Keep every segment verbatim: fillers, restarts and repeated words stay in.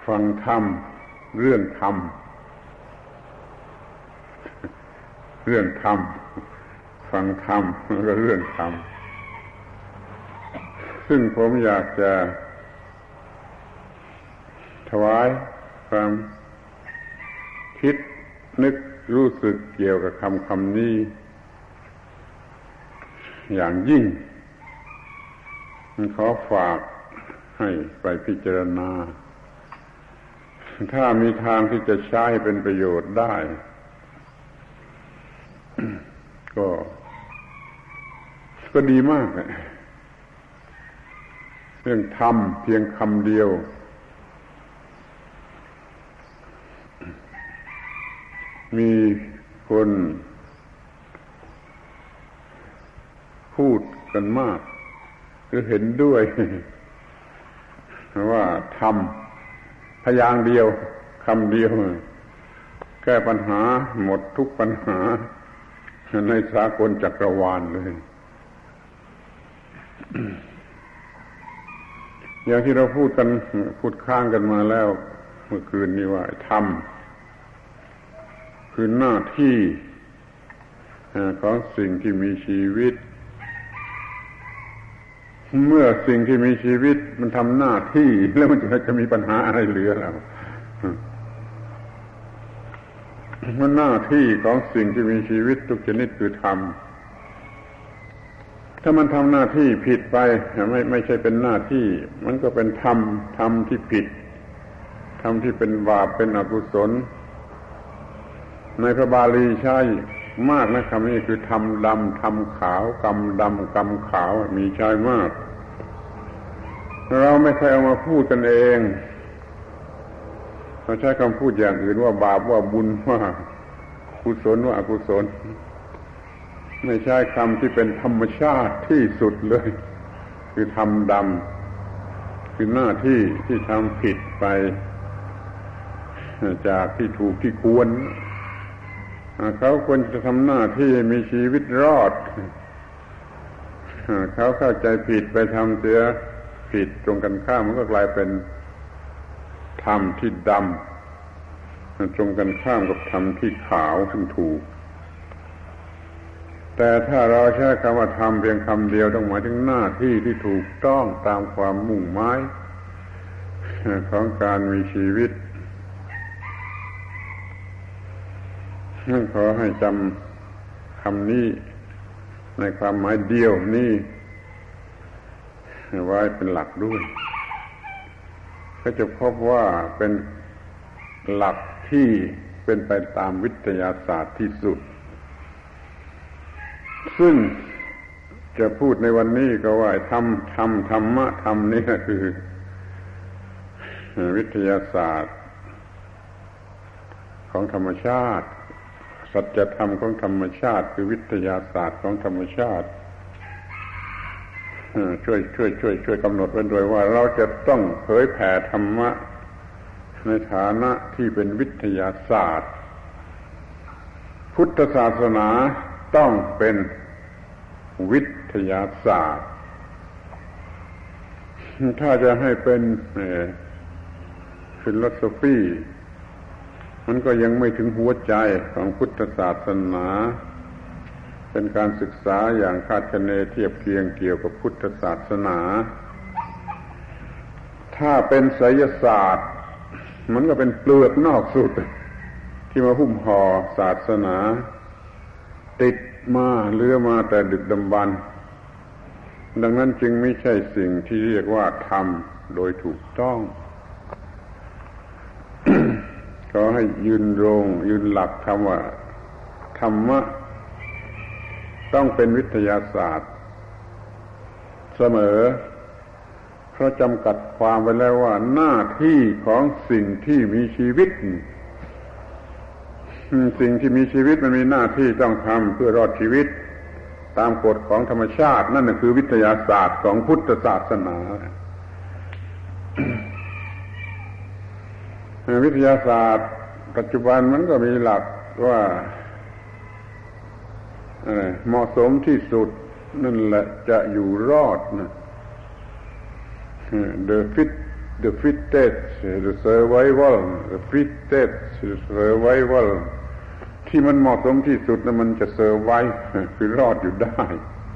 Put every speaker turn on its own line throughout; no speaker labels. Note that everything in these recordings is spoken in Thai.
ฟังธรรมเรื่องธรรมเรื่องธรรมฟังธรรมแล้วก็เรื่องธรรมซึ่งผมอยากจะถวายความคิดนึกรู้สึกเกี่ยวกับคำคำนี้อย่างยิ่งขอฝากให้ไปพิจารณาถ้ามีทางที่จะใช้เป็นประโยชน์ได้ก็ก็ดีมากเรื่องธรรมเพียงคำเดียวมีคนพูดกันมากคือเห็นด้วยว่าธรรมพยางค์เดียวคำเดียวแก้ปัญหาหมดทุกปัญหาในสากลจักรวาลเลยอย่างที่เราพูดกันพูดข้างกันมาแล้วเมื่อคืนนี้ว่าธรรมคือหน้าที่ของสิ่งที่มีชีวิตเมื่อสิ่งที่มีชีวิตมันทำหน้าที่แล้วมันจะจะมีปัญหาอะไรเหลือแล้วมันหน้าที่ของสิ่งที่มีชีวิตทุกชนิดคือธรรมถ้ามันทำหน้าที่ผิดไปไม่ไม่ใช่เป็นหน้าที่มันก็เป็นธรรมธรรมที่ผิดธรรมที่เป็นบาปเป็นอกุศลในพระบาลีใช้มากนะคำนี้คือธรรมดำธรรมขาวกรรมดำกรรมขาวมีใช้มากเราไม่เคยเอามาพูดกันเองเราใช้คำพูดอย่างอื่นว่าบาปว่าบุญว่ากุศลว่าอกุศลไม่ใช่คำที่เป็นธรรมชาติที่สุดเลยคือธรรมดำคือหน้าที่ที่ทำผิดไปจากที่ถูกที่ควรเขาควรจะทำหน้าที่มีชีวิตรอดเขาเข้าใจผิดไปทำเสียผิดตรงกันข้ามมันก็กลายเป็นธรรมที่ดำตรงกันข้ามกับธรรมที่ขาวซึ่งถูกแต่ถ้าเราใช้คำว่าธรรมเพียงคำเดียวต้องหมายถึงหน้าที่ที่ถูกต้องตามความมุ่งหมายของการมีชีวิตนั่นขอให้จำคำนี้ในความหมายเดียวนี้ไว้เป็นหลักด้วยก็จะพบว่าเป็นหลักที่เป็นไปตามวิทยาศาสตร์ที่สุดซึ่งจะพูดในวันนี้ก็ว่าธรรมธรรมธรรมะธรรมนี่คือวิทยาศาสตร์ของธรรมชาติสัจธรรมของธรรมชาติคือวิทยาศาสตร์ของธรรมชาติช่วยช่วยช่วยช่วยกำหนดไว้ด้วยว่าเราจะต้องเผยแผ่ธรรมะในฐานะที่เป็นวิทยาศาสตร์พุทธศาสนาต้องเป็นวิทยาศาสตร์ถ้าจะให้เป็นฟิโลโซฟีมันก็ยังไม่ถึงหัวใจของพุทธศาสนาเป็นการศึกษาอย่างคาดคะเนเทียบเคียงเกี่ยวกับพุทธศาสนาถ้าเป็นไสยศาสตร์มันก็เป็นเปลือกนอกสุดที่มาหุ้มห่อศาสนาติดมาเลื้อมาแต่ดึกดำบรรพ์ดังนั้นจึงไม่ใช่สิ่งที่เรียกว่าธรรมโดยถูกต้อง ขอให้ยืนรงยืนหลักคำว่าธรรมะต้องเป็นวิทยาศาสตร์เสมอเพราะจำกัดความไว้แล้วว่าหน้าที่ของสิ่งที่มีชีวิตสิ่งที่มีชีวิตมันมีหน้าที่ต้องทำเพื่อรอดชีวิตตามกฎของธรรมชาตินั่นคือวิทยาศาสตร์ของพุทธศาสนา วิทยาศาสตร์ปัจจุบันมันก็มีหลักว่าเหมาะสมที่สุดนั่นแหละจะอยู่รอดนะ The fit the fittest the survival the fittest survival ที่มันเหมาะสมที่สุดนะมันจะ survive คือรอดอยู่ได้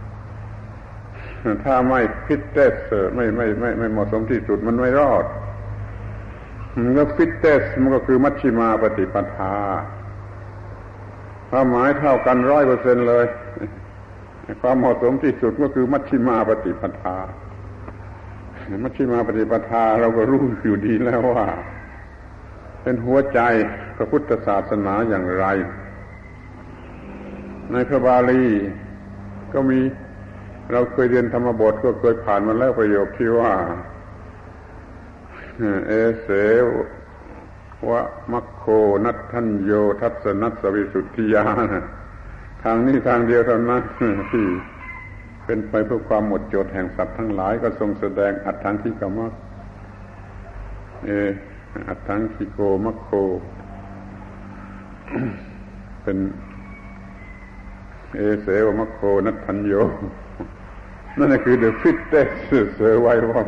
ถ้าไม่ fittest ไม่ไม่ไม่ไม่เหมาะสมที่สุดมันไม่รอดมันก็ fittest มันก็คือมัชฌิมาปฏิปทาความหมายเท่ากัน ร้อยเปอร์เซ็นต์ เลยความเหมาะสมที่สุดก็คือมัชฌิมาปฏิปทามัชฌิมาปฏิปทาเราก็รู้อยู่ดีแล้วว่าเป็นหัวใจพระพุทธศาสนาอย่างไรในพระบาลีก็มีเราเคยเรียนธรรมบทก็เคยผ่านมาแล้วประโยคที่ว่าเอเสวะมัคโคนัตถัญโยทัสสนัสสวิสุทธิญาณทางนี้ทางเดียวเท่านั้นที่เป็นไปเพื่อความหมดจดแห่งสัตว์ทั้งหลายก็ทรงแสดงอัตถังคิกมัคเออัตถังคิโกมัคโคเป็นเอเสวะมัคโคนัตถัญโยนั่นคือ the fittest survival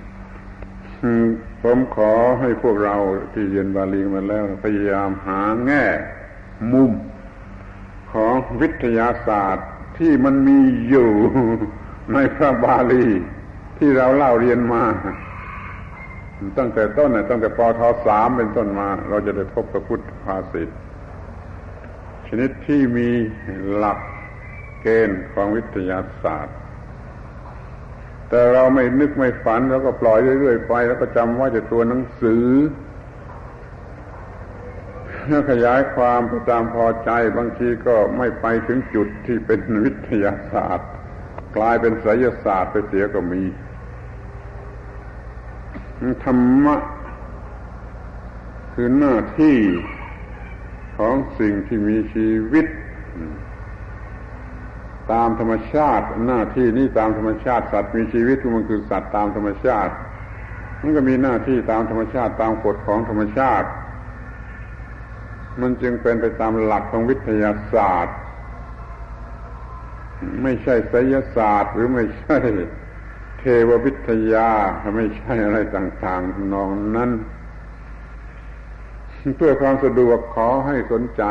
ผมขอให้พวกเราที่เรียนบาลีมาแล้วพยายามหาแง่มุมของวิทยาศาสตร์ที่มันมีอยู่ในพระบาลีที่เราเล่าเรียนมาตั้งแต่ต้นตั้งแต่ปทสามเป็นต้นมาเราจะได้พบกับพุทธภาษิตชนิดที่มีหลักเกณฑ์ของวิทยาศาสตร์แต่เราไม่นึกไม่ฝันแล้วก็ปล่อยเรื่อยๆไปแล้วก็จำว่าจะตัวหนังสือแล้วขยายความไปตามพอใจบางทีก็ไม่ไปถึงจุดที่เป็นวิทยาศาสตร์กลายเป็นไสยศาสตร์ไปเสียก็มีธรรมะคือหน้าที่ของสิ่งที่มีชีวิตตามธรรมชาติหน้าที่นี้ตามธรรมชาติสัตว์มีชีวิตมันคือสัตว์ตามธรรมชาติมันก็มีหน้าที่ตามธรรมชาติตามกฎของธรรมชาติมันจึงเป็นไปตามหลักของวิทยาศาสตร์ไม่ใช่ไสยศาสตร์หรือไม่ใช่เทววิทยาไม่ใช่อะไรต่างๆนองนั้นเพื่อความสะดวกขอให้สนใจ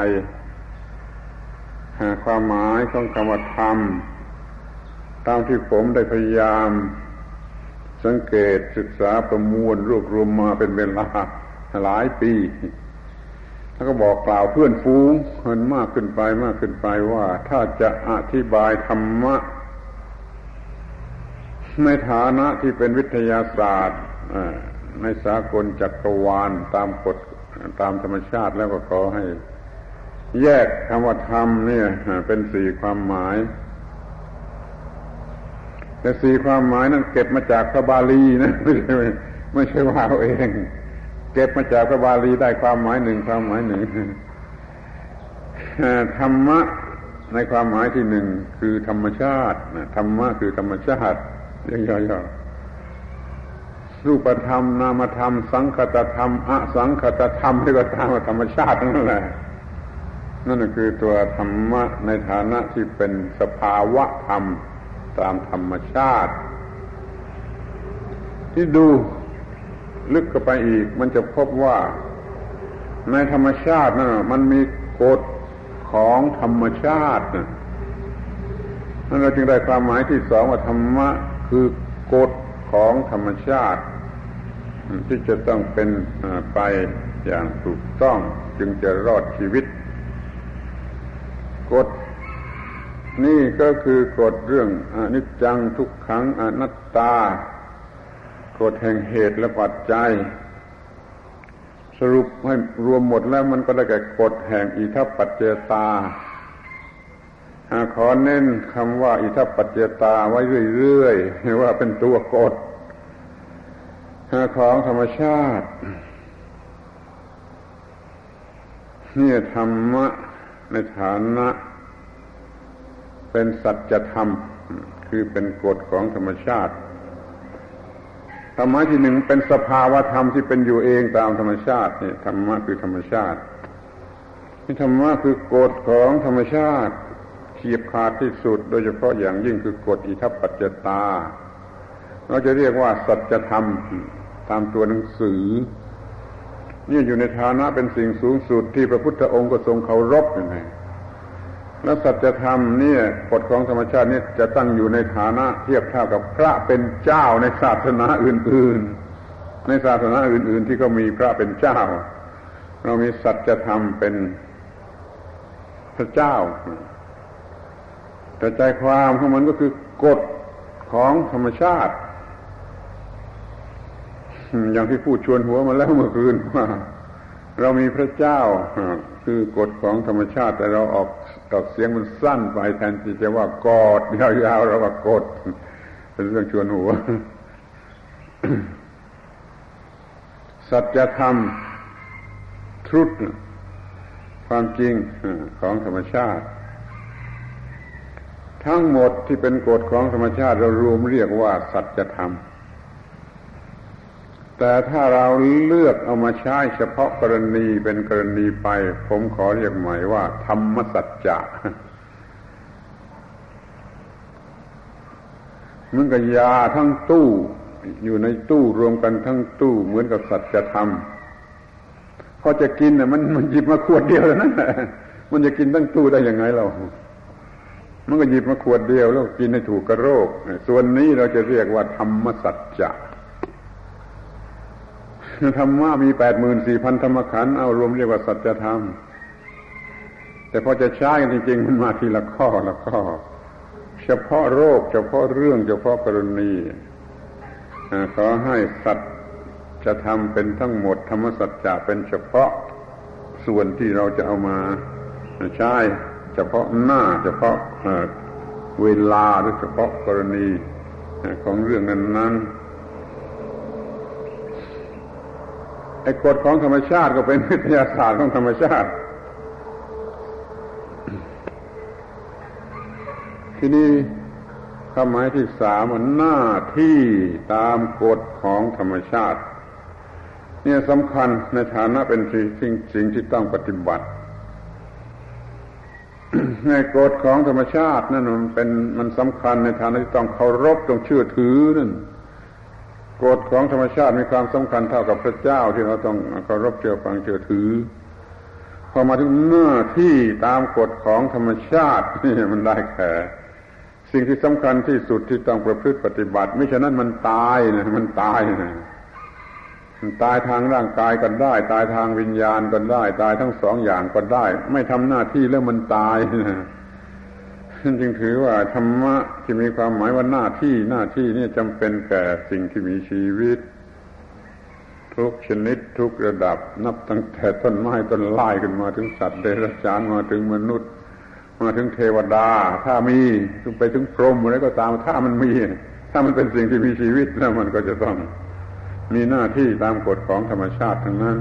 ความหมายของคำว่าธรรมตามที่ผมได้พยายามสังเกตศึกษาประมวลรวบรวมมาเป็นเวลาหลายปีแล้วก็บอกกล่าวเพื่อนฝูงมันมากขึ้นไปมากขึ้นไปว่าถ้าจะอธิบายธรรมะในฐานะที่เป็นวิทยาศาสตร์ในสากลจักรวาลตามกฎตามธรรมชาติแล้วก็ขอให้แยกคำว่าธรรมเนี่ยเป็นสี่ความหมายแต่สี่ความหมายนั้นเก็บมาจากพระบาลีนะไม่ใช่ไม่ใช่ว่าเอาเองเก็บมาจากพระบาลีได้ความหมายหนึ่งความหมายหนึ่งธรรมะในความหมายที่หนึ่งคือธรรมชาติธรรมะคือธรรมชาติย่อยๆรูปธรรมนามธรรมสังคตธรรมอสังคตธรรมที่ก็ตามธรรมชาตินั่นแหละนั่นคือตัวธรรมะในฐานะที่เป็นสภาวะธรรมตามธรรมชาติที่ดูลึกเข้าไปอีกมันจะพบว่าในธรรมชาตินั่นมันมีกฎของธรรมชาตินั่นเราจึงได้ความหมายที่สองว่าธรรมะคือกฎของธรรมชาติที่จะต้องเป็นไปอย่างถูกต้องจึงจะรอดชีวิตกฎนี่ก็คือกฎเรื่องอนิจจังทุกขังอนัตตากฎแห่งเหตุและปัจจัยสรุปให้รวมหมดแล้วมันก็ได้แก่กฎแห่งอิทัปปัจจยตาขอเน้นคำว่าอิทัปปัจจยตาไว้เรื่อยๆว่าเป็นตัวกฎของธรรมชาตินี่ธรรมะในฐานะเป็นสัจธรรมคือเป็นกฎของธรรมชาติธรรมะที่หนึ่งเป็นสภาวะธรรมที่เป็นอยู่เองตามธรรมชาตินี่ธรรมะคือธรรมชาตินี่ธรรมะคือกฎของธรรมชาติเฉียบขาดที่สุดโดยเฉพาะอย่างยิ่งคือกฎอิทัปปัจจยตาเราจะเรียกว่าสัจธรรมตามตัวหนังสือนี่อยู่ในฐานะเป็นสิ่งสูงสุดที่พระพุทธองค์ก็ทรงเคารพอย่างไรแล้วสัจธรรมเนี่ยกฎของธรรมชาตินี่จะตั้งอยู่ในฐานะเทียบเท่ากับพระเป็นเจ้าในศาสนาอื่นๆในศาสนาอื่นๆที่ก็มีพระเป็นเจ้าเรามีสัจธรรมเป็นพระเจ้าแต่ใจความของมันก็คือกฎของธรรมชาติอย่างที่พูดชวนหัวมาแล้วเมื่อคืนว่าเรามีพระเจ้าคือกฎของธรรมชาติแต่เราออกออกเสียงมันสั้นไปแทนที่จะว่ากอดยาวๆเราว่ากฎเป็นเรื่องชวนหัว สัจธรรมtruth ความจริงของธรรมชาติทั้งหมดที่เป็นกฎของธรรมชาติเรารวมเรียกว่าสัจธรรมแต่ถ้าเราเลือกเอามาใช้เฉพาะกรณีเป็นกรณีไปผมขอเรียกใหม่ว่าธรรมสัจจะเหมือนกับยาทั้งตู้อยู่ในตู้รวมกันทั้งตู้เหมือนกับสัจธรรมพอจะกินน่ะมันมันหยิบมาขวดเดียวแล้วนั่นแหละมันจะกินทั้งตู้ได้ยังไงเรามันก็หยิบมาขวดเดียวแล้วกินให้ถูกกระโรคส่วนนี้เราจะเรียกว่าธรรมสัจจะธรรมะมีแปดหมื่นสี่พันธรรมขันธ์เอารวมเรียกว่าสัจธรรมแต่พอจะใช้กันจริงๆมันมาทีละข้อละข้อเฉพาะโรคเฉพาะเรื่องเฉพาะกรณีขอให้สัจธรรมเป็นทั้งหมดธรรมสัจจะเป็นเฉพาะส่วนที่เราจะเอามาใช้เฉพาะหน้าเฉพาะเวลาหรือเฉพาะกรณีของเรื่องนั้นๆไอ้กฎของธรรมชาติก็เป็นวิทยาศาสตร์ของธรรมชาติทีนี้ความหมายที่สามมันหน้าที่ตามกฎของธรรมชาติเนี่ยสำคัญในฐานะเป็นสิ่งสิ่งที่ต้องปฏิบัติในกฎของธรรมชาตินั่นมันเป็นมันสำคัญในฐานะที่ต้องเคารพต้องเชื่อถือนั่นกฎของธรรมชาติมีความสำคัญเท่ากับพระเจ้าที่เราต้องเคารพเชื่อฟังเชื่อถือพอมาถึงหน้าที่ตามกฎของธรรมชาตินี่มันได้แก่สิ่งที่สำคัญที่สุดที่ต้องประพฤติปฏิบัติไม่ฉะนั้นมันตายนะมันตายนะมันตายทางร่างกายก็ได้ตายทางวิญญาณก็ได้ตายทั้งสองอย่างก็ได้ไม่ทำหน้าที่แล้วมันตายนะฉันจึงถือว่าธรรมะที่มีความหมายว่าหน้าที่หน้าที่นี่จำเป็นแก่สิ่งที่มีชีวิตทุกชนิดทุกระดับนับตั้งแต่ต้นไม้ต้นไม้ขึ้นมาถึงสัตว์เดรัจฉานมาถึงมนุษย์มาถึงเทวดาถ้ามีไปถึงพรหมอะไรก็ตามถ้ามันมีถ้ามันเป็นสิ่งที่มีชีวิตแล้วมันก็จะต้องมีหน้าที่ตามกฎของธรรมชาติทั้งนั้น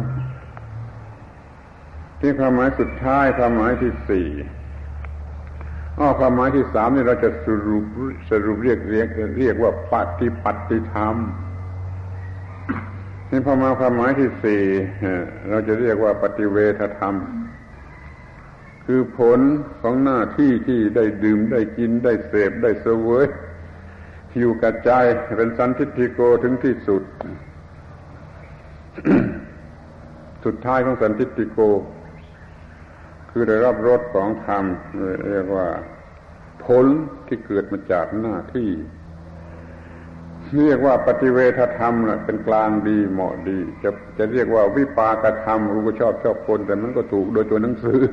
ที่ความหมายสุดท้ายความหมายที่สี่อ้อความหมายที่สามนี่เราจะสรุปสรุปเรียกเรียกเรียกว่าปฏิปัติธรรมนี่พอมาความหมายที่สี่เราจะเรียกว่าปฏิเวทธรรมคือผลของหน้าที่ที่ได้ดื่มได้กินได้เสพได้เสวยอยู่กับใจเป็นสันทิฏฐิโกถึงที่สุด สุดท้ายของสันทิฏฐิโกคือได้รับรสของธรรมเรียกว่าผลที่เกิดมาจากหน้าที่เรียกว่าปฏิเวทธรรมน่ะเป็นกลางดีเหมาะดีจะจะเรียกว่าวิปากธรรมรู้ก็ชอบชอบคนแต่มันก็ถูกโดยตัวหนังสือ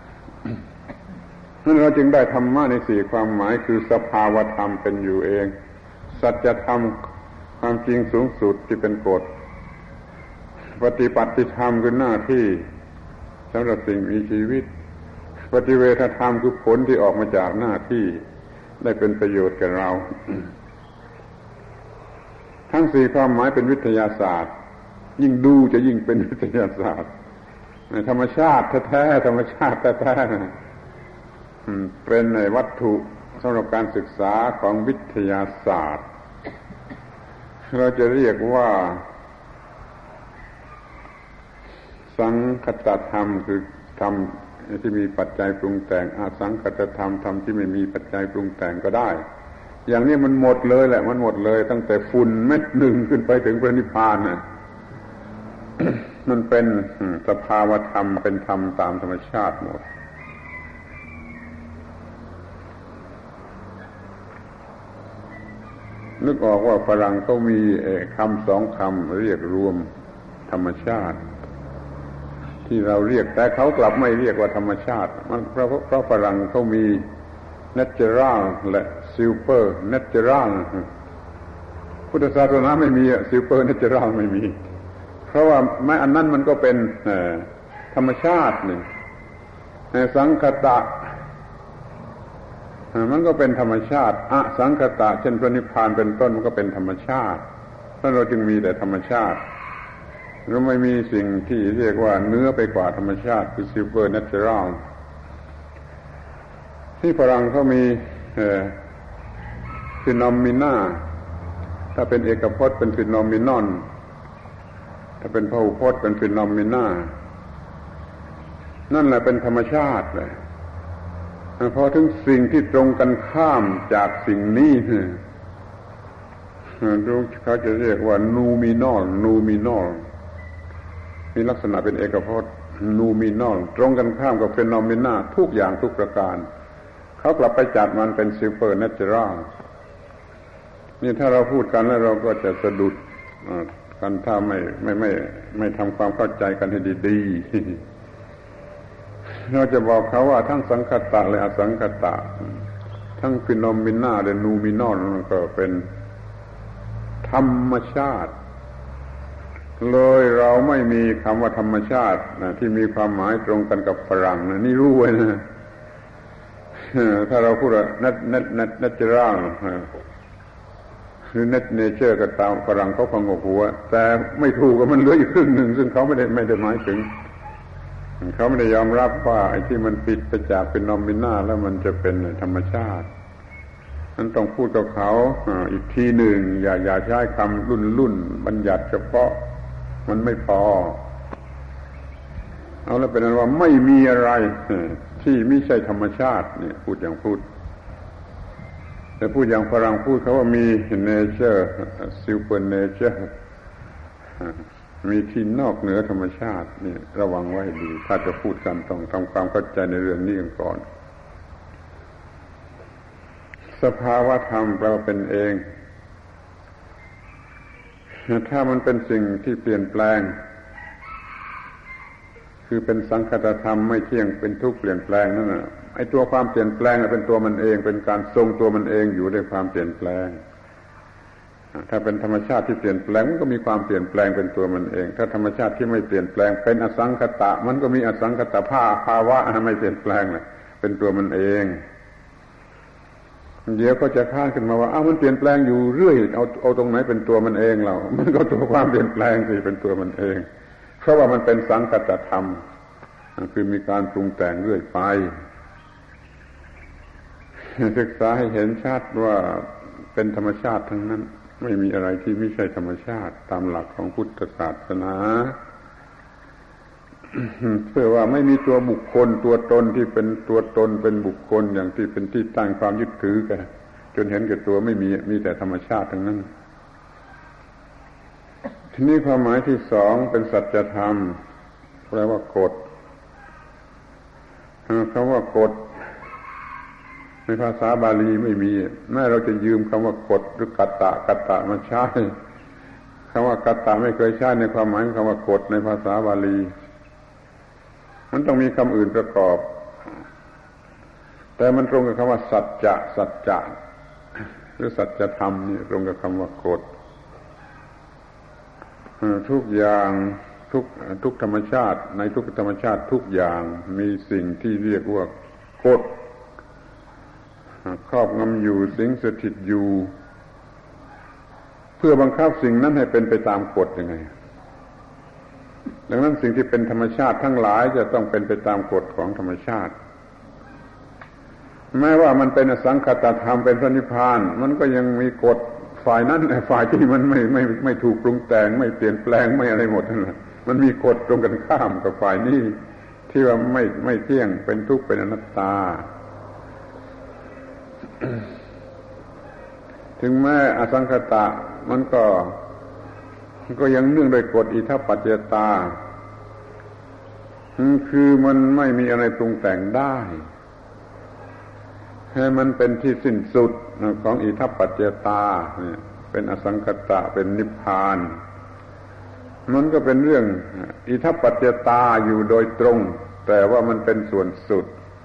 นั่นเราจึงได้ธรรมะในสี่ความหมายคือสภาวธรรมเป็นอยู่เองสัจธรรมความจริงสูงสุดที่เป็นกฎปฏิปัติธรรมคือหน้าที่สำหรับสิ่งมีชีวิตปฏิเวทธรรมคือผลที่ออกมาจากหน้าที่ได้เป็นประโยชน์แก่เราทั้งสี่ความหมายเป็นวิทยาศาสตร์ยิ่งดูจะยิ่งเป็นวิทยาศาสตร์ธรรมชาติแท้ๆธรรมชาติแท้ๆเป็นวัตถุสำหรับการศึกษาของวิทยาศาสตร์เราจะเรียกว่าสังคตธรรมคือธรรมที่มีปัจจัยปรุงแต่งอสังคตธรรมธรรมที่ไม่มีปัจจัยปรุงแต่งก็ได้อย่างนี้มันหมดเลยแหละมันหมดเลยตั้งแต่ฝุ่นเม็ดหนึ่งขึ้นไปถึงพระนิพพานน่ะ มันเป็นสภาวธรรมเป็นธรรมตามธรรมชาติหมดนึกออกว่าฝรั่งเขามีคำสองคำเรียกรวมธรรมชาติที่เราเรียกแต่เขากลับไม่เรียกว่าธรรมชาติมันเพราะเพราะฝรั่งเขามี natural และ super natural พุทธศาสนาไม่มี super natural ไม่มีเพราะว่าแม้อันนั้นมันก็เป็นธรรมชาตินี่สังคตะมันก็เป็นธรรมชาติอสังคตะเช่นพระนิพพานเป็นต้นมันก็เป็นธรรมชาติเพราะเราจึงมีแต่ธรรมชาติเราไม่มีสิ่งที่เรียกว่าเนื้อไปกว่าธรรมชาติคือ super natural ที่ฝรั่งเขามีเอ่อ phenomena ถ้าเป็นเอกพจน์เป็น phenomenon ถ้าเป็นพหุพจน์เป็น phenomena นั่นแหละเป็นธรรมชาติเลยพอถึงสิ่งที่ตรงกันข้ามจากสิ่งนี้เขาจะเรียกว่า noumenal noumenal มีลักษณะเป็นเอกพจน์ noumenal ตรงกันข้ามกับ phenomena ทุกอย่างทุกประการเขากลับไปจัดมันเป็น supernatural นี่ถ้าเราพูดกันแล้วเราก็จะสะดุดกันถ้าไม่ไม่ไม่ไม่ทำความเข้าใจกันให้ดีๆเราจะบอกเขาว่าทั้งสังคตะและอสังคตะทั้ง phenomena และ noumenal มันก็เป็นธรรมชาติเลยเราไม่มีคำว่าธรรมชาตินะที่มีความหมายตรงกันกับฝรั่งนะนี่รู้ไว้นะถ้าเราพูดว่า natural หรือ nature ก็ตามฝรั่งเขาฟังหัวแต่ไม่ถูกกับมันเหลืออีกครึ่งหนึ่งซึ่งเขาไม่ได้ไม่ได้หมายถึงเขาไม่ได้ยอมรับว่าไอ้ที่มันผิดไปจากเป็น phenomena แล้วมันจะเป็นธรรมชาตินั้นต้องพูดกับเขาอีกทีหนึ่งอย่าอย่าใช้คำรุ่นรุ่นบัญญัติเฉพาะมันไม่พอเอาแล้วเป็นนั้นว่าไม่มีอะไรที่ไม่ใช่ธรรมชาติเนี่ยพูดอย่างพูดแต่พูดอย่างฝรั่งพูดเขาว่ามี nature super nature มีที่นอกเหนือธรรมชาตินี่ระวังไว้ดีถ้าจะพูดกันต้องทำความเข้าใจในเรื่องนี้กันก่อนสภาวะธรรมแปลว่าเป็นเองถ้ามันเป็นสิ่งที่เปลี่ยนแปลงคือเป็นสังคตธรรมไม่เที่ยงเป็นทุกข์เปลี่ยนแปลงนั่นน่ะไอ้ตัวความเปลี่ยนแปลงเป็นตัวมันเองเป็นการทรงตัวมันเองอยู่ด้วยความเปลี่ยนแปลงถ้าเป็นธรรมชาติที่เปลี่ยนแปลงมันก็มีความเปลี่ยนแปลงเป็นตัวมันเองถ้าธรรมชาติที่ไม่เปลี่ยนแปลงเป็นอสังคตะมันก็มีอสังคตภาพภาวะไม่เปลี่ยนแปลงเลยเป็นตัวมันเองเดี๋ยวก็จะค้านขึ้นมาว่าอ้าวมันเปลี่ยนแปลงอยู่เรื่อยเอาเอาตรงไหนเป็นตัวมันเองเรามันก็ตัวความเปลี่ยนแปลงสิเป็นตัวมันเองเพราะว่ามันเป็นสังคตธรรมคือมีการปรุงแต่งเรื่อยไปศึกษาให้เห็นชัดว่าเป็นธรรมชาติทั้งนั้นไม่มีอะไรที่ไม่ใช่ธรรมชาติตามหลักของพุทธศาสนา เพื่อว่าไม่มีตัวบุคคลตัวตนที่เป็นตัวตนเป็นบุคคลอย่างที่เป็นที่ตั้งความยึดถือกันจนเห็นแก่ตัวไม่มีมีแต่ธรรมชาติทั้งนั้นทีนี้ความหมายที่สองเป็นสัจธรรมแปลว่ากฎคำว่ากฎในภาษาบาลีไม่มีแม้เราจะยืมคำว่ากฎหรือกัตตะกัตตะมาใช้คำว่ากัตตะไม่เคยใช้ในความหมายของคำว่ากฎในภาษาบาลีมันต้องมีคำอื่นประกอบแต่มันตรงกับคำว่าสัจจะสัจจะหรือสัจธรรมนี่ตรงกับคำว่ากฎทุกอย่างทุกทุกธรรมชาติในทุกธรรมชาติทุกอย่างมีสิ่งที่เรียกว่ากฎครอบงำอยู่สิงสถิตอยู่เพื่อบังคับสิ่งนั้นให้เป็นไปตามกฎยังไงดังนั้นสิ่งที่เป็นธรรมชาติทั้งหลายจะต้องเป็นไปตามกฎของธรรมชาติแม้ว่ามันเป็นอสังคตธรรมเป็นพระนิพพานมันก็ยังมีกฎฝ่ายนั้นฝ่ายที่มันไม่ไม่ไม่ถูกปรุงแต่งไม่เปลี่ยนแปลงไม่อะไรหมดนั่นแหละมันมีกฎตรงกันข้ามกับฝ่ายนี้ที่ว่าไม่ไม่เที่ยงเป็นทุกข์เป็นอนัตตาถึงแม้อสังขตะมันก็มันก็ยังเนื่องโดยกฎอิทัปปัจจยตาคือมันไม่มีอะไรปรุงแต่งได้ให้มันเป็นที่สิ้นสุดของอิทัปปัจจยตาเนี่ยเป็นอสังขตะเป็นนิพพานมันก็เป็นเรื่องอิทัปปัจจยตาอยู่โดยตรงแต่ว่ามันเป็นส่วนสุด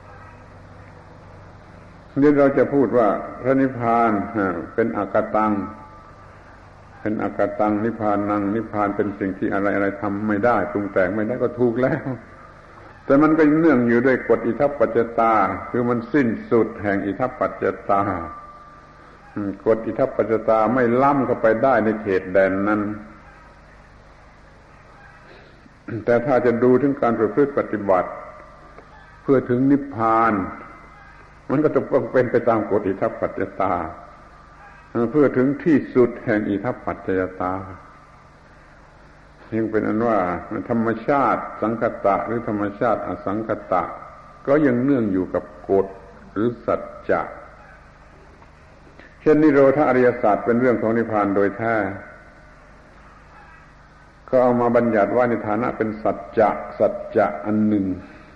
นี่เราจะพูดว่าพระนิพพานเป็นอากตังเป็นอากตังนิพพานังนิพพานเป็นสิ่งที่อะไรอะไรทำไม่ได้ปรุงแต่งไม่ได้ก็ถูกแล้วแต่มันก็เนื่องอยู่ด้วยกฎอิทัปปัจจยตาคือมันสิ้นสุดแห่งอิทัปปัจจยตากฎอิทัปปัจจยตาไม่ล้ำเข้าไปได้ในเขตแดนนั้นแต่ถ้าจะดูถึงการประพฤติปฏิบัติเพื่อถึงนิพพานมันก็จะต้องเป็นไปตามกฎอิทัปปัจจยตาเพื่อถึงที่สุดแห่งอิทัปปัจจยตายังเป็นอันว่าธรรมชาติสังคตะหรือธรรมชาติอสังคตะก็ยังเนื่องอยู่กับกฎหรือสัจจะเช่นนิโรธอริยสัจเป็นเรื่องของนิพพานโดยแท้ก็เอามาบัญญัติว่าในฐานะเป็นสัจจะสัจจะอันหนึ่ง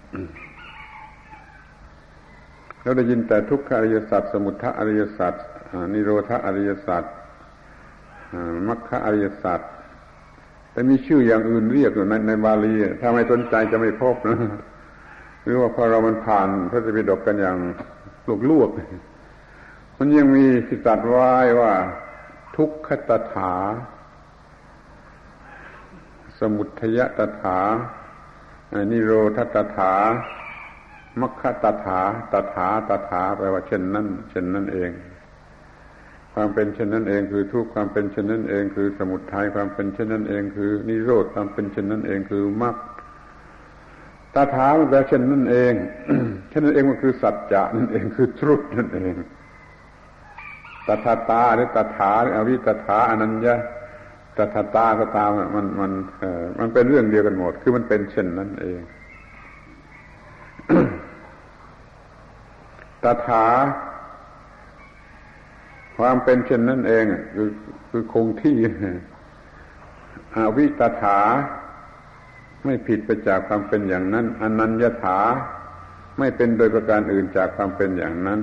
เราได้ยินแต่ทุกขอริยสัจสมุทัยอริยสัจนิโรธอริยสัจมรรคอริยสัจแต่มีชื่ออย่างอื่นเรียกอยู่ในในบาลีถ้าไม่สนใจจะไม่พบนะหรือว่าพอเรามันผ่านพระไตรปิฎกกันอย่างลวกๆมันยังมีที่ตรัสไว้ว่าทุกขตถาสมุทัยตถานิโรธตถามรรคตถาตถาตถาแปลว่าเช่นนั้นเช่นนั้นเองความเป็นเช่นนั้นเองคือทุกข์ความเป็นเช่นนั้นเองคือสมุทัยความเป็นเช่นนั้นเองคือนิโรธความเป็นเช่นนั้นเองคือมรรคตถามันแปลเช่นนั้นเอง เช่นนั้นเองมันคือสัจจะนั่นเองคือทรุธนั่นเองตถาตาหรือตถาหรืออวิตถาอนัญญาตถาตาก็ตามมันมันเอ่อมันเป็นเรื่องเดียวกันหมดคือมันเป็นเช่นนั้นเอง ตถาความเป็นเช่นนั้นเองคือคือคงที่อวิตถาไม่ผิดไปจากความเป็นอย่างนั้นอนัญญถาไม่เป็นโดยประการอื่นจากความเป็นอย่างนั้น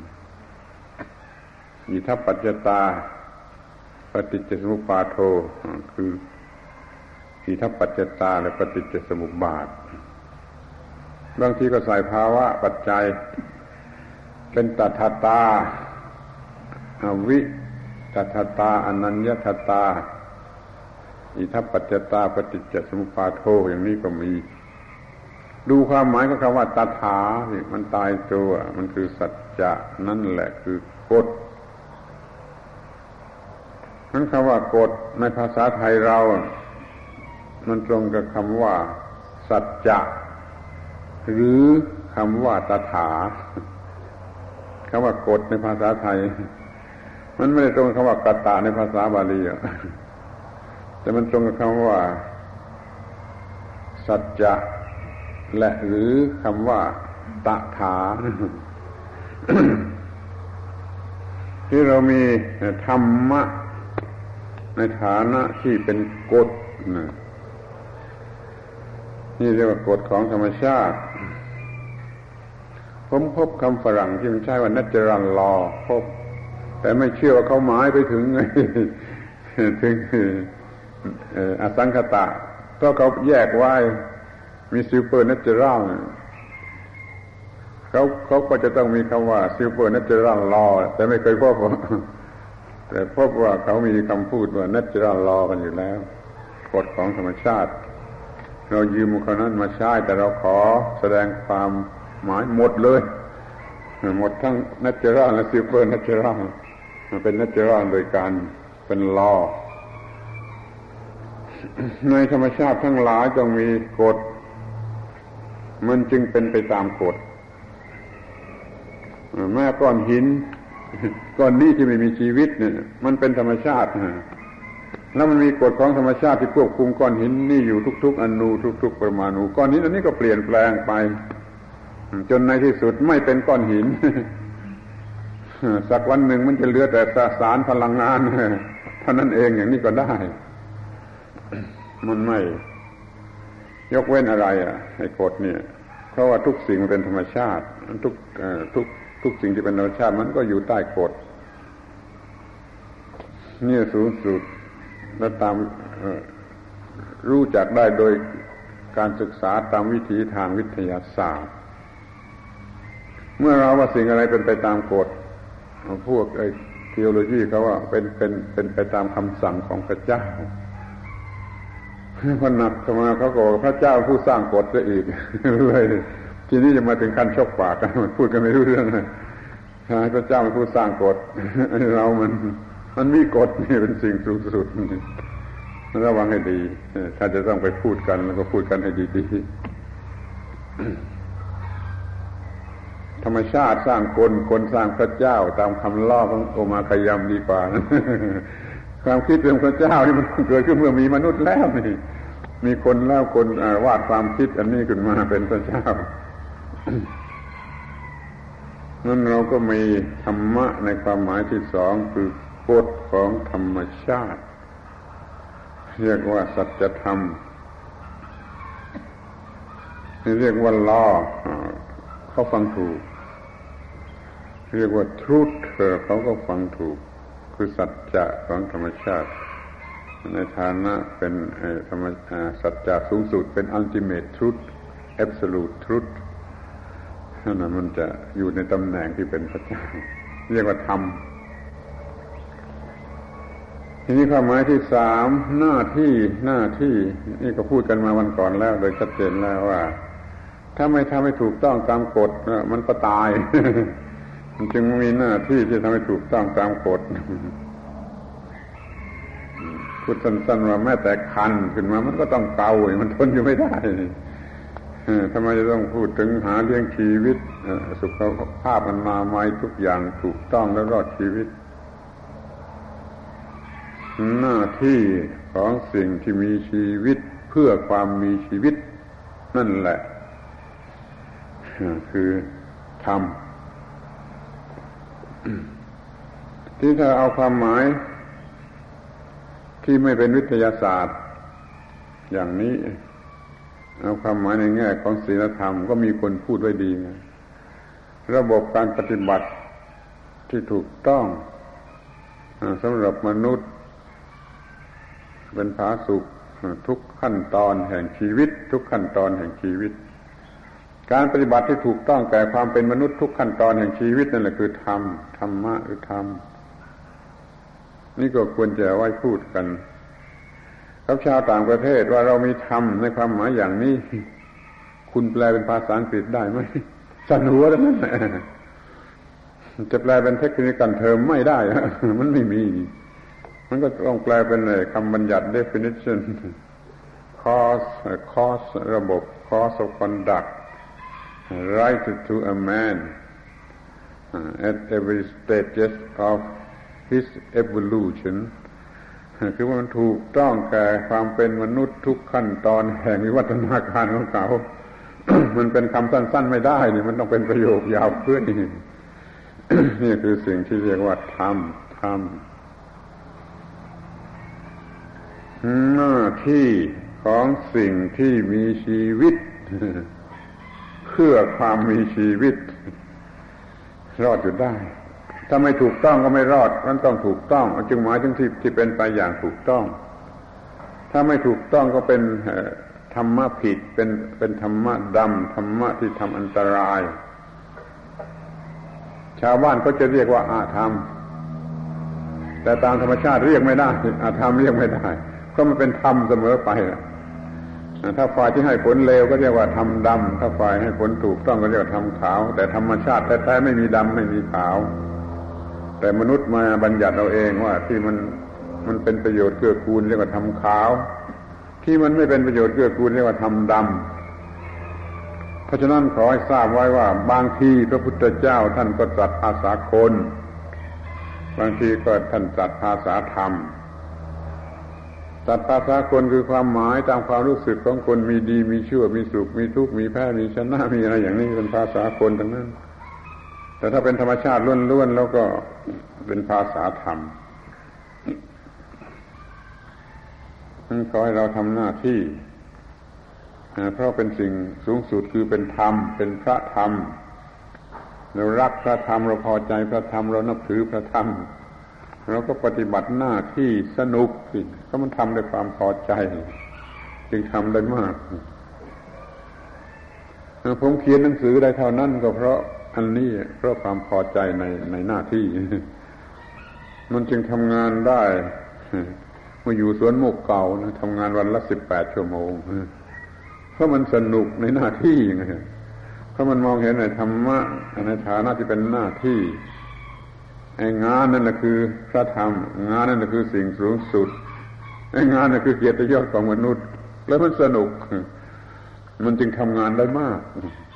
อิทัปปัจจยตาปฏิจจสมุปบาทโธคืออิทัปปัจจยตาและปฏิจจสมุปบาทบางทีก็ใส่ภาวะปัจจัยเป็นตถาตาอวิตถาตาอนัญญตถาอิทัปปัจจยตาปฏิจจสมุปบาทโธอย่างนี้ก็มีดูความหมายของคำว่าตถานี่มันตายตัวมันคือสัจจะนั่นแหละคือกฎนั้นคำว่ากฎในภาษาไทยเรามันตรงกับคำว่าสัจจะหรือคำว่าตถาคำว่ากฎในภาษาไทยมันไม่ได้ตรงกับคำว่ากัตตะในภาษาบาลีแต่มันตรงกับคำว่าสัจจะและหรือคำว่าตถา ที่เรามีธรรมะในฐานะที่เป็นกฎนี่เรียกว่ากฎของธรรมชาติผมพบคำฝรั่งที่มันใช้ว่า natural law พบแต่ไม่เชื่อว่าเขาหมายไปถึงถึงอสังขตะเพราะเขาแยกไว้มี supernatural เขาเขาก็จะต้องมีคำว่า supernatural law แต่ไม่เคยพบแต่พบว่าเขามีคำพูดว่า natural law กันอยู่แล้วกฎของธรรมชาติเรายืมคนนั้นมาใช้แต่เราขอแสดงความหมายหมดเลยหมดทั้ง natural และ supernatural มันเป็น natural โดยการเป็น law ในธรรมชาติทั้งหลายต้องมีกฎมันจึงเป็นไปตามกฎแม้ก้อนหินก้อนนี้ที่ไม่มีชีวิตเนี่ยมันเป็นธรรมชาติแล้วมันมีกฎของธรรมชาติที่ควบคุมก้อนหินนี่อยู่ทุกๆอนูทุกๆปรมาณูก้อนหินอันนี้ก็เปลี่ยนแปลงไปจนในที่สุดไม่เป็นก้อนหินสักวันหนึ่งมันจะเหลือแต่สารพลังงานเท่านั้นเองอย่างนี้ก็ได้มันไม่ยกเว้นอะไรอ่ะไอ้กฎเนี่ยเพราะว่าทุกสิ่งมันเป็นธรรมชาติทุกทุกทุกสิ่งที่เป็นธรรมชาติมันก็อยู่ใต้กฎนี่สูงสุดและตามรู้จักได้โดยการศึกษาตามวิถีทางวิทยาศาสตร์เมื่อเราว่าสิ่งอะไรเป็นไปตามกฎพวกไอ้เทโอโลจีเขาว่าเป็นเป็นเป็นไปตามคำสั่งของพระเจ้าพอหนักเข้ามาเขาก็พระเจ้าผู้สร้างกฎซะอีกเลยทีนี้จะมาถึงขั้นชกปากกันมันพูดกันไม่รู้เรื่องเลยพระเจ้าเป็นผู้สร้างกฎเรามันมันมีกฎนี่เป็นสิ่งสูงสุดระวังให้ดีถ้าจะต้องไปพูดกันแล้วก็พูดกันให้ดีๆธรรมชาติสร้างคนคนสร้างพระเจ้าตามคำล่อของโอมาคยัมดีกว่าความคิดเรื่องพระเจ้านี่มันเกิดขึ้นเมื่อมีมนุษย์แล้วนี่มีคนแล้วคนวาดความคิดอันนี้ขึ้นมาเป็นพระเจ้านั่นเราก็มีธรรมะในความหมายที่สองคือกฎของธรรมชาติเรียกว่าสัจธรรมเรียกว่า law เขาฟังถูกเรียกว่า truth เขาก็ฟังถูกคือสัจจะของธรรมชาติในฐานะเป็นธรรมสัจจะสูงสุดเป็น ultimate truth absolute truth นั่นน่ะมันจะอยู่ในตำแหน่งที่เป็นพระเจ้าเรียกว่าธรรมทีนี้ความหมายที่สามหน้าที่หน้าที่นี่ก็พูดกันมาวันก่อนแล้วโดยชัดเจนแล้วว่าถ้าไม่ทำให้ถูกต้องตามกฎมันก็ตายมันจึงมีหน้าที่ที่ทำให้ถูกต้องตามกฎพูดสั้นๆว่าแม้แต่คันขึ้นมามันก็ต้องเกามันทนอยู่ไม่ได้ทำไมจะต้องพูดถึงหาเลี้ยงชีวิตสุขภาพอนามัยทุกอย่างถูกต้องแล้วรอดชีวิตหน้าที่ของสิ่งที่มีชีวิตเพื่อความมีชีวิตนั่นแหละคือธรรมที่ถ้าเอาความหมายที่ไม่เป็นวิทยาศาสตร์อย่างนี้เอาความหมายในแง่ของศีลธรรมก็มีคนพูดไว้ดีนะระบบการปฏิบัติที่ถูกต้องสำหรับมนุษย์เป็นผาสุขทุกขั้นตอนแห่งชีวิตทุกขั้นตอนแห่งชีวิตการปฏิบัติที่ถูกต้องแก่ความเป็นมนุษย์ทุกขั้นตอนแห่งชีวิตนั่นแหละคือธรรมธรรมะหรือธรรมนี่ก็ควรจะไว้พูดกันกับชาวต่างประเทศว่าเรามีธรรมในความหมายอย่างนี้คุณแปลเป็นภาษาอังกฤษได้ไหมสั่นหัวแล้วนั่นแหละจะแปลเป็นเทคนิคการเทอมไม่ได้มันไม่มีมันก็ต้องแปลเป็นคำบัญญัติ definition cause cause ระบบ cause of conduct right to a man at every stage of his evolution คือว่ามันถูกต้องแก่ความเป็นมนุษย์ทุกขั้นตอนแห่งวิวัฒนาการของเขา มันเป็นคำสั้นๆไม่ได้นี่มันต้องเป็นประโยคยาวเพื่อนี่ นี่คือสิ่งที่เรียกว่าธรรมธรรมหน้าที่ของสิ่งที่มีชีวิตเพื่อความมีชีวิตรอดอยู่ได้ถ้าไม่ถูกต้องก็ไม่รอดมันต้องถูกต้องจึงหมายถึงที่ที่เป็นไปอย่างถูกต้องถ้าไม่ถูกต้องก็เป็นธรรมะผิดเป็นเป็นธรรมะดำธรรมะที่ทำอันตรายชาวบ้านเขาจะเรียกว่าอาธรรมแต่ตามธรรมชาติเรียกไม่ได้อาธรรมเรียกไม่ได้เพราะมันเป็นธรรมเสมอไปถ้าฝ่ายที่ให้ผลเลวก็เรียกว่าธรรมดำถ้าฝ่ายให้ผลถูกต้องก็เรียกว่าธรรมขาวแต่ธรรมชาติแท้ๆไม่มีดำไม่มีขาวแต่มนุษย์มาบัญญัติเอาเองว่าที่มันมันเป็นประโยชน์เกื้อกูลเรียกว่าธรรมขาวที่มันไม่เป็นประโยชน์เกื้อกูลเรียกว่าธรรมดำเพราะฉะนั้นขอให้ทราบไว้ว่าบางทีพระพุทธเจ้าท่านก็ตรัสภาษาคนบางทีก็ท่านตรัสภาษาธรรมตรัสภาษาคนคือความหมายตามความรู้สึกของคนมีดีมีชั่วมีสุขมีทุกข์มีแพ้มีชนะมีอะไรอย่างนี้เป็นภาษาคนทั้งนั้นแต่ถ้าเป็นธรรมชาติล้วนๆแล้วก็เป็นภาษาธรรมขอให้เราทำหน้าที่เพราะเป็นสิ่งสูงสุดคือเป็นธรรมเป็นพระธรรมเรารักพระธรรมเราพอใจพระธรรมเรานับถือพระธรรมเราก็ปฏิบัติหน้าที่สนุกสิก็มันทำด้วยความพอใจจึงทำได้มากผมเขียนหนังสือได้เท่านั้นก็เพราะอันนี้เพราะความพอใจในในหน้าที่มันจึงทำงานได้เมื่ออยู่สวนโมกเก่านะทำงานวันละสิบแปดชั่วโมงเพราะมันสนุกในหน้าที่ไงเพราะมันมองเห็นในธรรมะในฐานะที่เป็นหน้าที่ไอ้งานนั่นแหละคือพระธรรมงานนั่นแหละคือสิ่งสูงสุดไอ้งานนั่นคือเกียรติยศของมนุษย์แล้วมันสนุกมันจึงทำงานได้มาก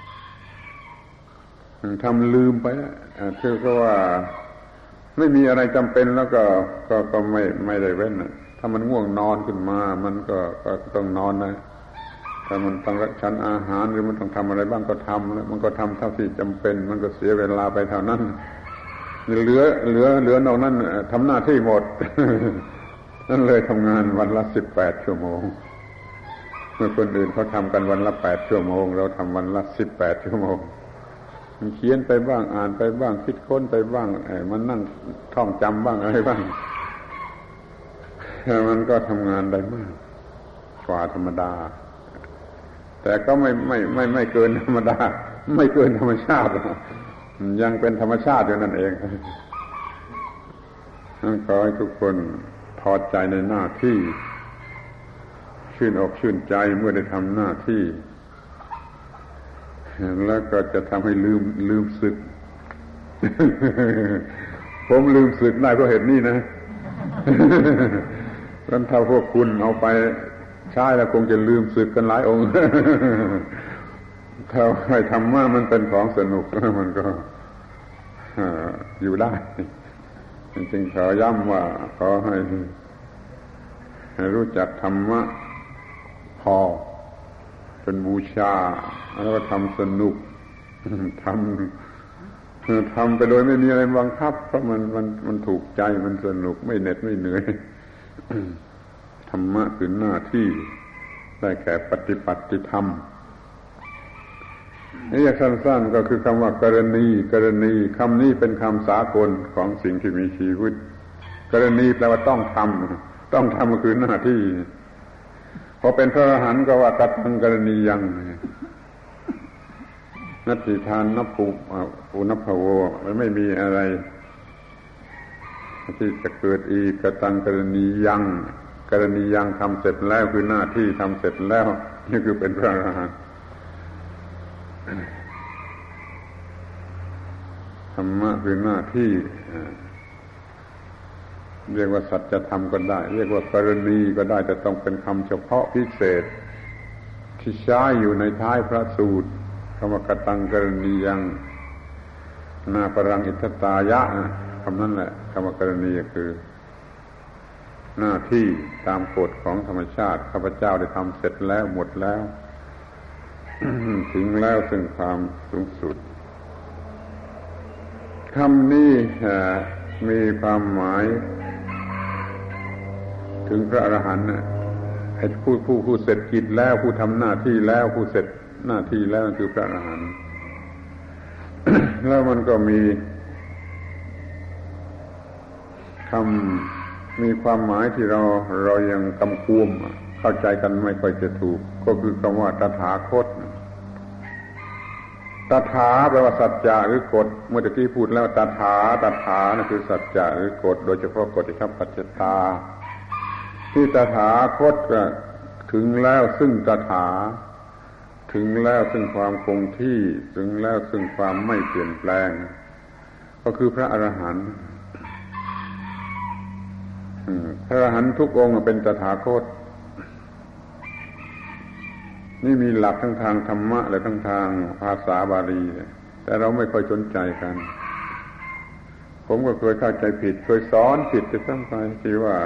ทำลืมไปคือก็ว่าไม่มีอะไรจำเป็นแล้วก็ก็ก็ไม่ไม่ได้เว้นถ้ามันง่วงนอนขึ้นมามันก็ก็ต้องนอนนะถ้ามันต้องรับฉันอาหารหรือมันต้องทำอะไรบ้างก็ทำแล้วมันก็ทำเท่าที่จำเป็นมันก็เสียเวลาไปเท่านั้นเหลือเหลือเหลือนอกนั้นทำหน้าที่หมดนั่นเลยทำงานวันละสิบแปดชั่วโมงเมื่อคนอื่นเขาทำกันวันละแปดชั่วโมงเราทำวันละสิบแปดชั่วโมงเขียนไปบ้างอ่านไปบ้างคิดค้นไปบ้างไอ้มันนั่งท่องจำบ้างอะไรบ้างมันก็ทำงานได้มากกว่าธรรมดาแต่ก็ไม่ไม่ไม่ไม่เกินธรรมดาไม่เกินธรรมชาติยังเป็นธรรมชาติอยู่นั่นเองขอให้ทุกคนพอใจในหน้าที่ชื่นอกชื่นใจเมื่อได้ทำหน้าที่แล้วก็จะทำให้ลืมลืมศึกผมลืมศึกได้เพราะเหตุนี้นะเพราะถ้าพวกคุณเอาไปใช้แล้วคงจะลืมศึกกันหลายองค์ถ้าให้ธรรมะมันเป็นของสนุกมันก็อยู่ได้จริงๆขอย้ำว่าขอให้ให้รู้จักธรรมะพอเป็นบูชาแล้วก็ทำสนุกทำทำไปโดยไม่มีอะไรบังคับเพราะมันมันมันถูกใจมันสนุกไม่เหน็ดไม่เหนื่อยธรรมะคือหน้าที่ได้แก่ปฏิปัติธรรมนี่อย่างสั้นๆก็คือคำว่ากรณีกรณีคำนี้เป็นคำสากลของสิ่งที่มีชีวิตกรณีแปลว่าต้องทำต้องทำก็คือหน้าที่พอเป็นพระอรหันต์ก็ว่ากัตถังกรณียังนัตถิทานนัพพุอุณพโวมันไม่มีอะไรที่จะเกิดอีกกัตถังกรณียังกรณียังทำเสร็จแล้วคือหน้าที่ทำเสร็จแล้วนี่คือเป็นพระอรหันต์ธรรมะคือหน้าที่เรียกว่าสัจธรรมก็ได้เรียกว่ากรณีก็ได้แต่ต้องเป็นคำเฉพาะพิเศษที่ใช้อยู่ในท้ายพระสูตรคำว่ากตังกรณียังนาปรังอิทธตายะคำนั้นแหละคำว่ากรณีคือหน้าที่ตามกฎของธรรมชาติข้าพเจ้าได้ทำเสร็จแล้วหมดแล้ว ถึงแล้วซึ่งความสูงสุดคำนี้มีความหมายถึงพระอรหันต์ไอ้ผู้ผู้ผู้เสร็จกิจแล้วผู้ทำหน้าที่แล้วผู้เสร็จหน้าที่แล้วคือพระอรหันต์ แล้วมันก็มีคำมีความหมายที่เราเรายังกำกวมเข้าใจกันไม่ค่อยจะถูกก็คือคำว่าตถาคตตถาแปลว่าสัจจะหรือกฎเมื่อตะกี้พูดแล้วตถาตถานั่นคือสัจจะหรือกฎโดยเฉพาะกฎอิทัปปัจจตาที่ตถาคตก็ถึงแล้วซึ่งตถาถึงแล้วซึ่งความคงที่ถึงแล้วซึ่งความไม่เปลี่ยนแปลงก็คือพระอรหันต์พระอรหันต์ทุกองค์เป็นตถาคตนี่มีหลักทั้งทางธรรมะและทั้งทางภาษาบาลีแต่เราไม่ค่อยสนใจกันผมก็เคยเข้าใจผิดเคยสอนผิดไปซ้ำไปที่ว่า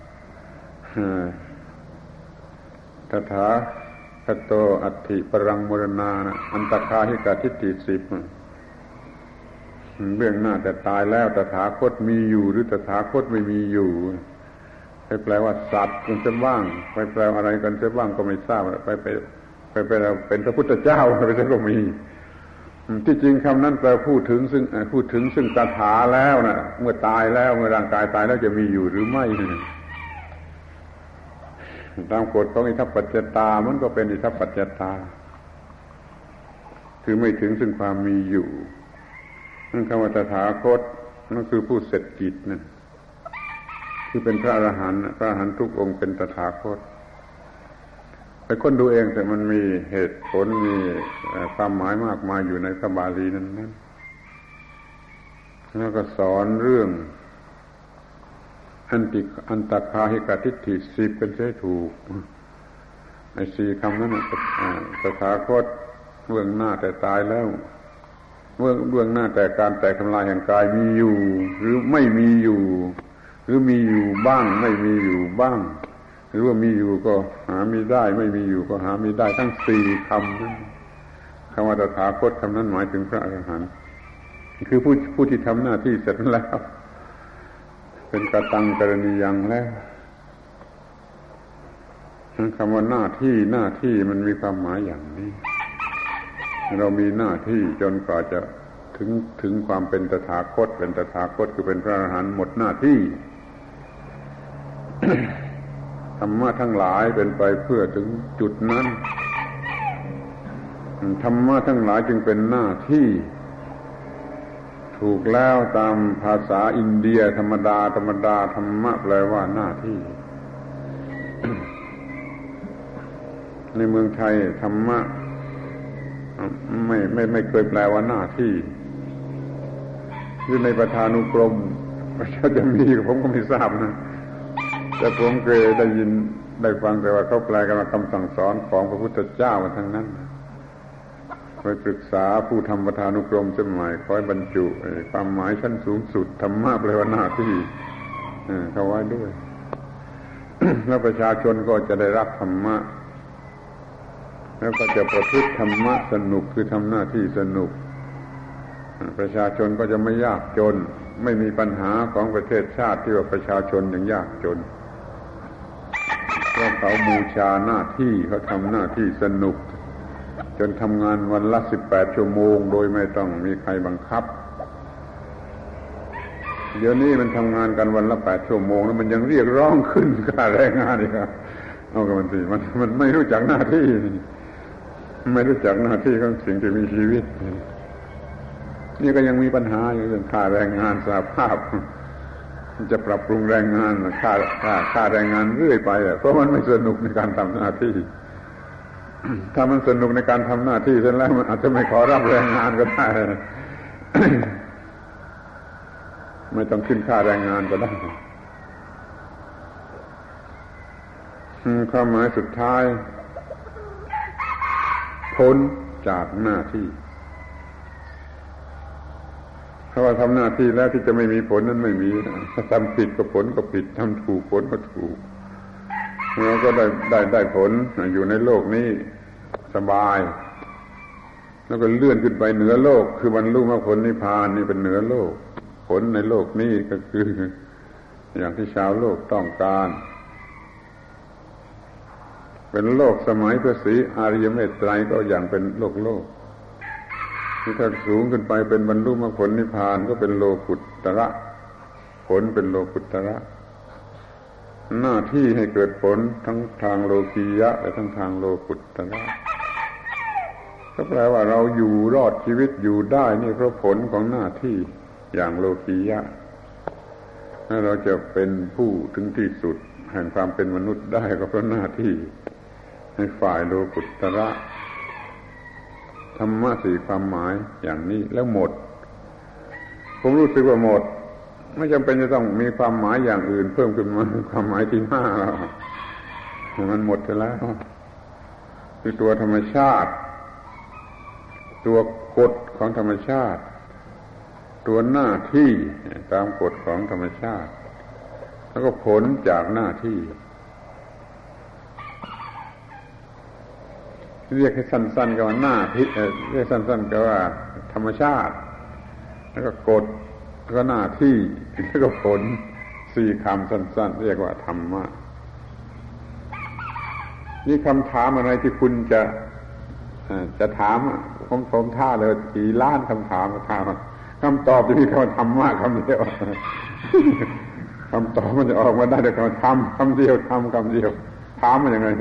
ตถาคตโตอัตถิปรังมรณานะอันตคาหิกาทิฏฐิสิบเรื่องหน้าแต่ตายแล้วตถาคตมีอยู่หรือตถาคตไม่มีอยู่ไปแปลว่าสัตว์กันจะบ้างไปแปลอะไรกันจะบ้างก็ไม่ทราบไปไปไปไปเป็นพระพุทธเจ้าอะไรก็มีที่จริงคำนั้นแปลพูดถึงซึ่งพูดถึงซึ่งตถาแล้วนะเมื่อตายแล้วเมื่อร่างกายตายแล้วจะมีอยู่หรือไม่ตามกฎของอิทัปปัจจตามันก็เป็นอิทัปปัจจตาคือไม่ถึงซึ่งความมีอยู่นั่นคำว่าตถาคตนั่นคือผู้เสร็จกิจนะคือเป็นพระอรหันต์พระอรหันต์ทุกองค์เป็นตถาคตไปค้นดูเองแต่มันมีเหตุผลมีความหมายมากมายอยู่ในพระบาลีนั้นนั้นแล้วก็สอนเรื่องอันติอันตคาหิกทิฏฐิสิบเป็นใช่ถูกไอ้สี่คำนั้นตถาคตเบื้องหน้าแต่ตายแล้วเบื้องเบื้องหน้าแต่การแตกทำลายแห่งกายมีอยู่หรือไม่มีอยู่หรือมีอยู่บ้างไม่มีอยู่บ้างหรือว่ามีอยู่ก็หาไม่ได้ไม่มีอยู่ก็หาไม่ได้ทั้งสี่คำนั้นคำว่าตถาคตคำนั้นหมายถึงพระอรหันต์คือผู้ผู้ที่ทำหน้าที่เสร็จแล้วเป็นกตังกรณียังแล้วคำว่าหน้าที่หน้าที่มันมีความหมายอย่างนี้เรามีหน้าที่จนกว่าจะถึงถึงความเป็นตถาคตเป็นตถาคตคือเป็นพระอรหันต์หมดหน้าที่ ธรรมะทั้งหลายเป็นไปเพื่อถึงจุดนั้นธรรมะทั้งหลายจึงเป็นหน้าที่ถูกแล้วตามภาษาอินเดียธรรมดาธรรมดาธรรมะแปลว่าหน้าที่ ในเมืองไทยธรรมะไม่ไม่ไม่เคยแปลว่าหน้าที่หรือในประธานุกรมเขาจะมีผมก็ไม่ทราบนะแต่ผมเคยได้ยินได้ฟังแต่ว่าเขาแปลกันว่าคำสั่งสอนของพระพุทธเจ้ามาทั้งนั้นไปปรึกษาผู้ทำประธานุกรมสมัยคอยบรรจุความหมายชั้นสูงสุดธรรมะแปลว่าหน้าที่เขาไว้ด้วย แล้วประชาชนก็จะได้รับธรรมะแล้วก็จะประพฤติธรรมะสนุกคือทำหน้าที่สนุกประชาชนก็จะไม่ยากจนไม่มีปัญหาของประเทศชาติที่ว่าประชาชนยังยากจนเพราะเขาบูชาหน้าที่เขาทำหน้าที่สนุกจนทำงานวันละสิบแปดชั่วโมงโดยไม่ต้องมีใครบังคับเดี๋ยวนี้มันทำงานกันวันละแปดชั่วโมงแล้วมันยังเรียกร้องขึ้นค่าแรงงานอีกครับเอากันมันสิมันมันไม่รู้จักหน้าที่ไม่รู้จักหน้าที่ของสิ่งที่มีชีวิตนี่ก็ยังมีปัญหาอยู่เรื่องค่าแรงงานสหภาพจะปรับปรุงแรงงานค่าค่าค่าแรงงานเรื่อยไปเพราะมันไม่สนุกในการทำหน้าที่ถ้ามันสนุกในการทำหน้าที่เสร็จแล้วมันอาจจะไม่ขอรับแรงงานก็ได้ ไม่ต้องขึ้นค่าแรงงานก็ได้ความหมายสุดท้ายพ้นจากหน้าที่เพราะว่าทำหน้าที่แล้วที่จะไม่มีผลนั้นไม่มีถ้าทำผิดก็ผลก็ผิดทำถูกผลก็ถูกเราก็ได้ได้ได้ผลอยู่ในโลกนี้สบายแล้วก็เลื่อนขึ้นไปเหนือโลกคือบรรลุมรรคผลนิพพานนี่เป็นเหนือโลกผลในโลกนี้ก็คืออย่างที่ชาวโลกต้องการเป็นโลกสมัยพระศรีอริยเมตไตรก็อย่างเป็นโลกโลกที่ถ้าสูงขึ้นไปเป็นบรรลุมรรคผลนิพพานก็เป็นโลกุตระผลเป็นโลกุตระหน้าที่ให้เกิดผลทั้งทางโลกียะและทั้งทางโลกุตระก็แปลว่าเราอยู่รอดชีวิตอยู่ได้นี่เพราะผลของหน้าที่อย่างโลกียะถ้าเราจะเป็นผู้ถึงที่สุดแห่งความเป็นมนุษย์ได้ก็เพราะหน้าที่ในฝ่ายโลกุตระธรรมะสี่ความหมายอย่างนี้แล้วหมดผมรู้สึกว่าหมดไม่จำเป็นจะต้องมีความหมายอย่างอื่นเพิ่มขึ้นมาความหมายที่ห้าแล้วมันหมดไปแล้วคือตัวธรรมชาติตัวกฎของธรรมชาติตัวหน้าที่ตามกฎของธรรมชาติแล้วก็ผลจากหน้าที่เรียกให้สั้นๆก็ว่าหน้าที่เรียกสั้นๆก็ว่าธรรมชาติแล้วก็กฎแล้วก็หน้าที่แล้วก็ผลสี่คำสั้นๆเรียกว่าธรรมะนี่คำถามอะไรที่คุณจะจะถามผมผมท่าเลยกี่ล้านคำถามถามคำตอบจะมีคำว่าธรรมะคำเดียวคำตอบมันจะออกมาได้แต่คำทำคำเดียวทำคำเดียวถามมันยังไง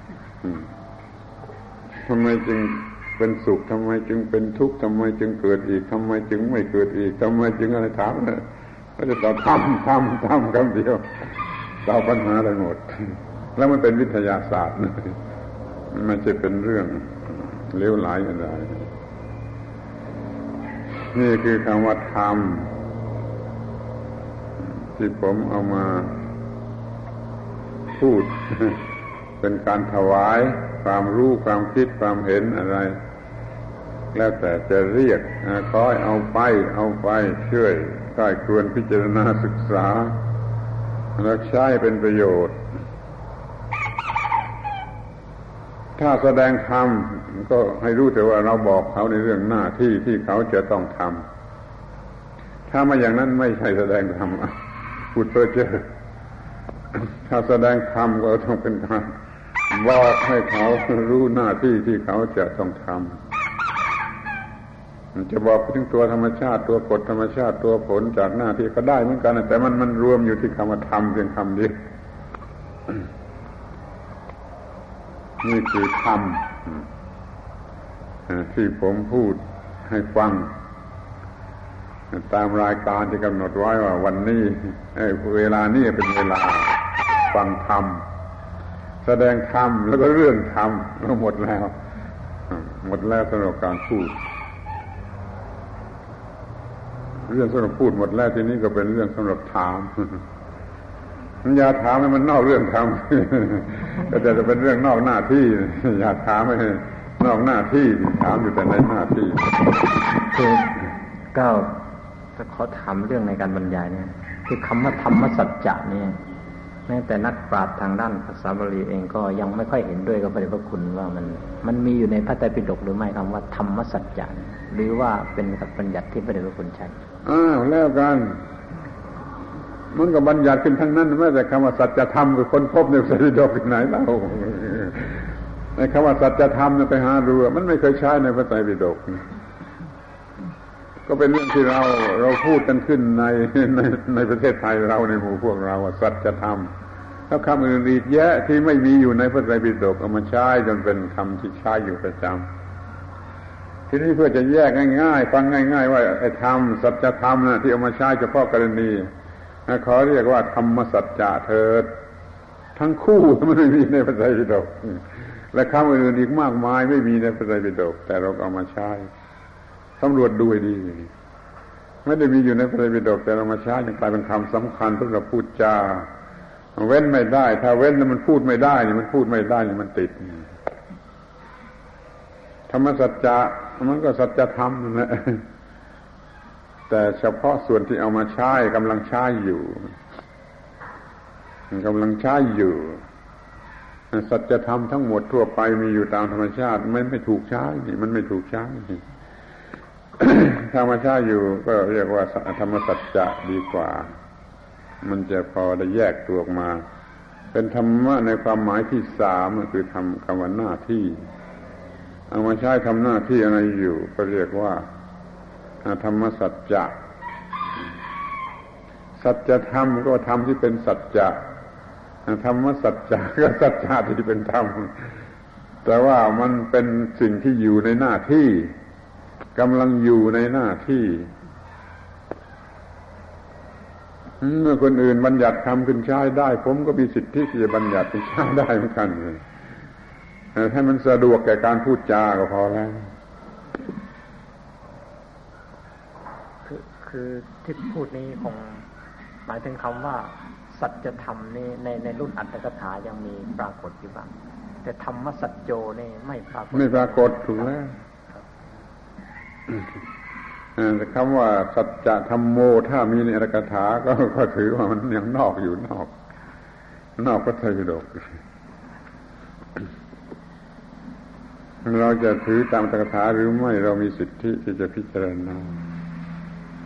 ทำไมจึงเป็นสุขทำไมจึงเป็นทุกข์ทำไมจึงเกิดอีกทำไมจึงไม่เกิดอีกทำไมจึงอะไรถามเลยก็จะตอบทำทำทำคำเดียวตอบปัญหาได้หมดแล้วมันเป็นวิทยาศาสตร์มันไม่ใช่เป็นเรื่องเลวไหลอะไรนี่คือคำว่าธรรมที่ผมเอามาพูดเป็นการถวายความรู้ความคิดความเห็นอะไรแล้วแต่จะเรียกขอให้เอาไปเอาไปช่วยใกล้ครวนพิจารณาศึกษาแล้วใช้เป็นประโยชน์ถ้าแสดงธรรมก็ให้รู้แต่ว่าเราบอกเขาในเรื่องหน้าที่ที่เขาจะต้องทำถ้าไม่อย่างนั้นไม่ใช่แสดงธรรมพูดเพ้อเจ้อถ้าแสดงธรรมก็ต้องเป็นการบอกให้เขารู้หน้าที่ที่เขาจะต้องทำจะบอกถึงตัวธรรมชาติตัวกฎธรรมชาติตัวผลจากหน้าที่ก็ได้เหมือนกันแต่มันมันรวมอยู่ที่คำว่าธรรมเพียงคำเดียวนี่คือธรรมที่ผมพูดให้ฟังตามรายการที่กำหนดไว้ว่าวันนี้เวลานี้เป็นเวลาฟังธรรมแสดงธรรมแล้วก็เรื่องธรรมแล้วหมดแล้วหมดแล้วสำหรับการพูดเรื่องสำหรับพูดหมดแล้วทีนี้ก็เป็นเรื่องสำหรับถามมันอย่าถามให้มันนอกเรื่องธรรมก็จะเป็นเรื่องนอกหน้าที่อย่าถามให้นอกหน้าที่ถามอยู่แต่ในหน้าที่
คือก้าวจะขอถามเรื่องในการบรรยายเนี่ยคือคำว่าธรรมสัจจะเนี่ยแม้แต่นักปราชญ์ทางด้านภาษาบาลีเองก็ยังไม่ค่อยเห็นด้วยกับพระเดชพระคุณว่ามันมันมีอยู่ในพระไตรปิฎกหรือไม่คำว่าธรรมสัจจะหรือว่าเป็นบัญญัติที่พระเดชพระคุณใช้
อ้าวแล้วกันมันก็บัญญัติขึ้นทั้งนั้นแม้แต่คำว่าสัจธรรมคือคนพบในพระไตรปิฎกที่ไหนเล่าในคำว่าสัจธรรมเนี่ยไปหาดูมันไม่เคยใช้ในพระไตรปิฎกก็เป็นเรื่องที่เราเราพูดกันขึ้นในในในประเทศไทยเราในหมู่พวกเราว่าสัจธรรมแล้วคำอื่นอีกแยะที่ไม่มีอยู่ในพระไตรปิฎกเอามาใช้จนเป็นคำที่ใช้อยู่ประจำทีนี้เพื่อจะแยกง่ายๆฟังง่ายๆว่าไอ้ธรรมสัจธรรมนะที่เอามาใช้เฉพาะกรณีขอเรียกว่าธรรมสัจจะเถิดทั้งคู่มันไม่มีในพระไตรปิฎกและคำอื่นอีกมากมายไม่มีในพระไตรปิฎกแต่เราเอามาใช้สำรวจดูให้ดีไม่ได้มีอยู่ในพระไตรปิฎกแต่เรามาใช้ยังกลายเป็นคำสำคัญสำหรับพูดจาเว้นไม่ได้ถ้าเว้นแล้วมันพูดไม่ได้นี่มันพูดไม่ได้นี่มันติดธรรมสัจจะมันก็สัจธรรมนั่นแหละแต่เฉพาะส่วนที่เอามาใช้กำลังใช้อยู่กำลังใช้อยู่สัจธรรมทั้งหมดทั่วไปมีอยู่ตามธรรมชาติไม่ไม่ถูกใช้นี่มันไม่ถูกใช้ธรรมชาติอยู่ก็เรียกว่าธรรมสัจจะดีกว่ามันจะพอได้แยกตัวออกมาเป็นธรรมะในความหมายที่สามก็คือทำคำว่าหน้าที่เอามาใช้ทำหน้าที่อะไรอยู่ก็เรียกว่าธรรมสัจจะสัจธรรมก็ธรรมที่เป็นสัจจะธรรมสัจจะก็สัจจะที่เป็นธรรมแต่ว่ามันเป็นสิ่งที่อยู่ในหน้าที่กำลังอยู่ในหน้าที่เมื่อคนอื่นบัญญัติคำขึ้นใช้ได้ผมก็มีสิทธิที่จะบัญญัติใช้ได้เหมือนกันให้มันสะดวกแก่การพูดจาก็พอแล้ว
คือคือที่พูดนี้คงหมายถึงคำว่าสัจธรรมนี่ในในรุ่นอัตถกถายังมีปรากฏอยู่บ้างแต่ธรรมสัจโจนี่ไม่ปรากฏ
ไม่ปรากฏถูกแล้วแต่คำว่าสัจธรรมโมถ้ามีในอัตถกถาก็ก็ถือว่ามันยังนอกอยู่นอกนอกพระไตรปิฎกเราจะถือตามอัตถกถาหรือไม่เรามีสิทธิที่จะพิจารณา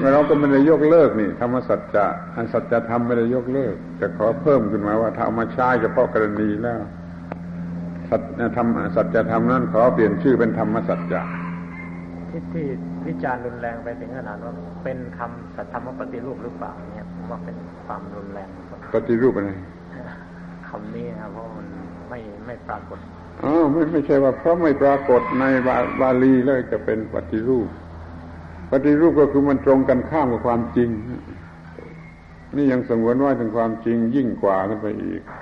เราก็ไม่ได้ยกเลิกนี่ธรรมสัจจะสัจธรรมไม่ได้ยกเลิกแต่ขอเพิ่มขึ้นมาว่าถ้าเอามาใช้เฉพาะกรณีแล้วสัจธรรมสัจธรรมนั้นขอเปลี่ยนชื่อเป็นธรรมสัจจะ
ที่ที่วิจารณ์รุนแรงไปถึงขนาดว่าเป็นคำสัจธรรมปฏิรูปหรือเปล่าเนี่ยผมว่าเป็นความรุนแรง
ปฏิรูปอะไร
คำนี้ครับเพราะมันไม่ไม่ปรากฏ
อ๋อไม่ไม่ใช่ว่าเพราะไม่ปรากฏในบาลีแล้วจะเป็นปฏิรูปปฏิรูปก็คือมันตรงกันข้ามกับความจริงนี่ยังสงวนไว้ถึงความจริงยิ่งกว่าขึ้นไปอีก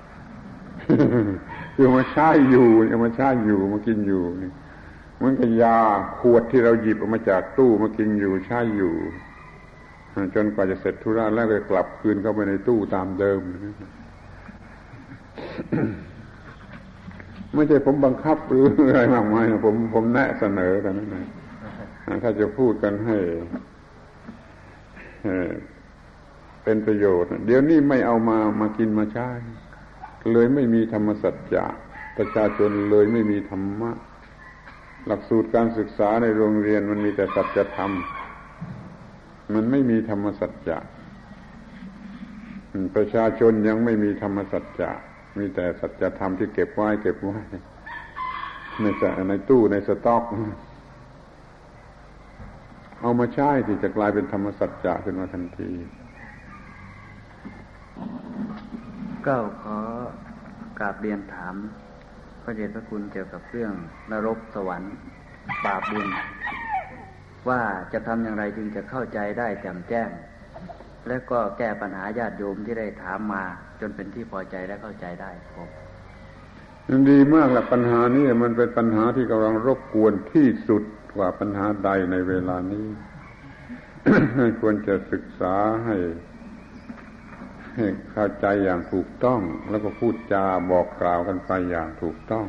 คือมาใช้อยู่เอามาใช้อยู่มากินอยู่นี่มันก็ยาขวดที่เราหยิบออกมาจากตู้มากินอยู่ใช้อยู่จนกว่าจะเสร็จธุระแล้วก็กลับคืนเข้าไปในตู้ตามเดิมไม่ใช่ผมบังคับหรืออะไรมากมายนะผมผมแนะเสนอกันนั่นเองถ้าจะพูดกันให้เป็นประโยชน์เดี๋ยวนี้ไม่เอามามากินมาใช้เลยไม่มีธรรมสัจจะประชาชนเลยไม่มีธรรมะหลักสูตรการศึกษาในโรงเรียนมันมีแต่สัจธรรมมันไม่มีธรรมสัจจะประชาชนยังไม่มีธรรมสัจจะมีแต่สัจธรรมที่เก็บไว้เก็บไว้ในในตู้ในสต็อกเอามาใช้ที่จะกลายเป็นธรรมสัจจะขึ้นมาทันที
ก็ขอกราบเรียนถามพระเดชพระคุณเกี่ยวกับเรื่องนรกสวรรค์บาปบุญว่าจะทำอย่างไรจึงจะเข้าใจได้แจ่มแจ้งและก็แก้ปัญหาญาติโยมที่ได้ถามมาจนเป็นที่พอใจและเข้าใจได้ครับ
ดีมากละปัญหานี้มันเป็นปัญหาที่กำลังรบกวนที่สุดกว่าปัญหาใดในเวลานี้ ควรจะศึกษาให้ให้เข้าใจอย่างถูกต้องแล้วก็พูดจาบอกกล่าวกันไปอย่างถูกต้อง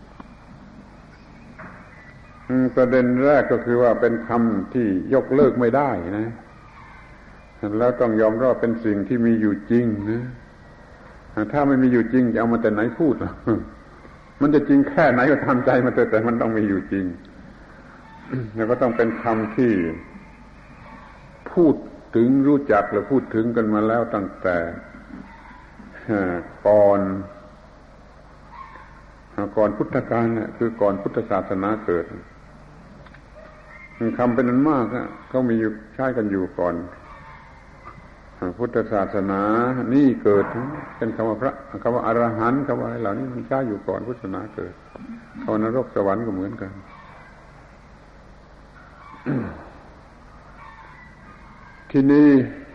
ประเด็นแรกก็คือว่าเป็นคำที่ยกเลิกไม่ได้นะแล้วต้องยอมรับเป็นสิ่งที่มีอยู่จริงนะถ้าไม่มีอยู่จริงจะเอามาแต่ไหนพูดล่ะมันจะจริงแค่ไหนก็ทำใจมาเถอะแต่มันต้องมีอยู่จริงแล้วก็ต้องเป็นคำที่พูดถึงรู้จักและพูดถึงกันมาแล้วตั้งแต่ก่อนก่อนพุทธกาลเนี่ยคือก่อนพุทธศาสนาเกิดคำเป็นนั้นมากเขามีอยู่ใช้กันอยู่ก่อนพุทธศาสนานี่เกิดเป็นคำว่าพระคำว่าอรหันต์คำว่าอะไรเหล่านี้มันใช้อยู่ก่อนพุทธศาสนาเกิดคำว่านรกสวรรค์ก็เหมือนกันที่นี่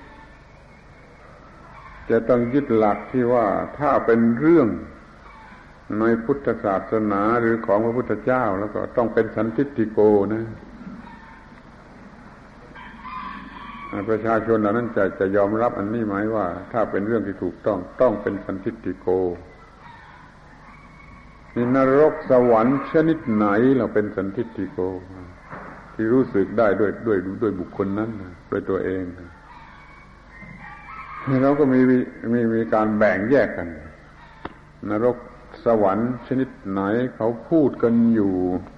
จะต้องยึดหลักที่ว่าถ้าเป็นเรื่องในพุทธศาสนาหรือของพระพุทธเจ้าแล้วก็ต้องเป็นสันทิฏฐิโกนะประชาชนเหล่านั้นจะจะยอมรับอันนี้ไหมว่าถ้าเป็นเรื่องที่ถูกต้องต้องเป็นสันทิฏฐิโกนี่นรกสวรรค์ชนิดไหนเราเป็นสันทิฏฐิโกที่รู้สึกได้ด้วยด้วยด้วยบุคคลนั้นด้วยตัวเองเราก็มีมีมีการแบ่งแยกกันนรกสวรรค์ชนิดไหนเขาพูดกันอยู่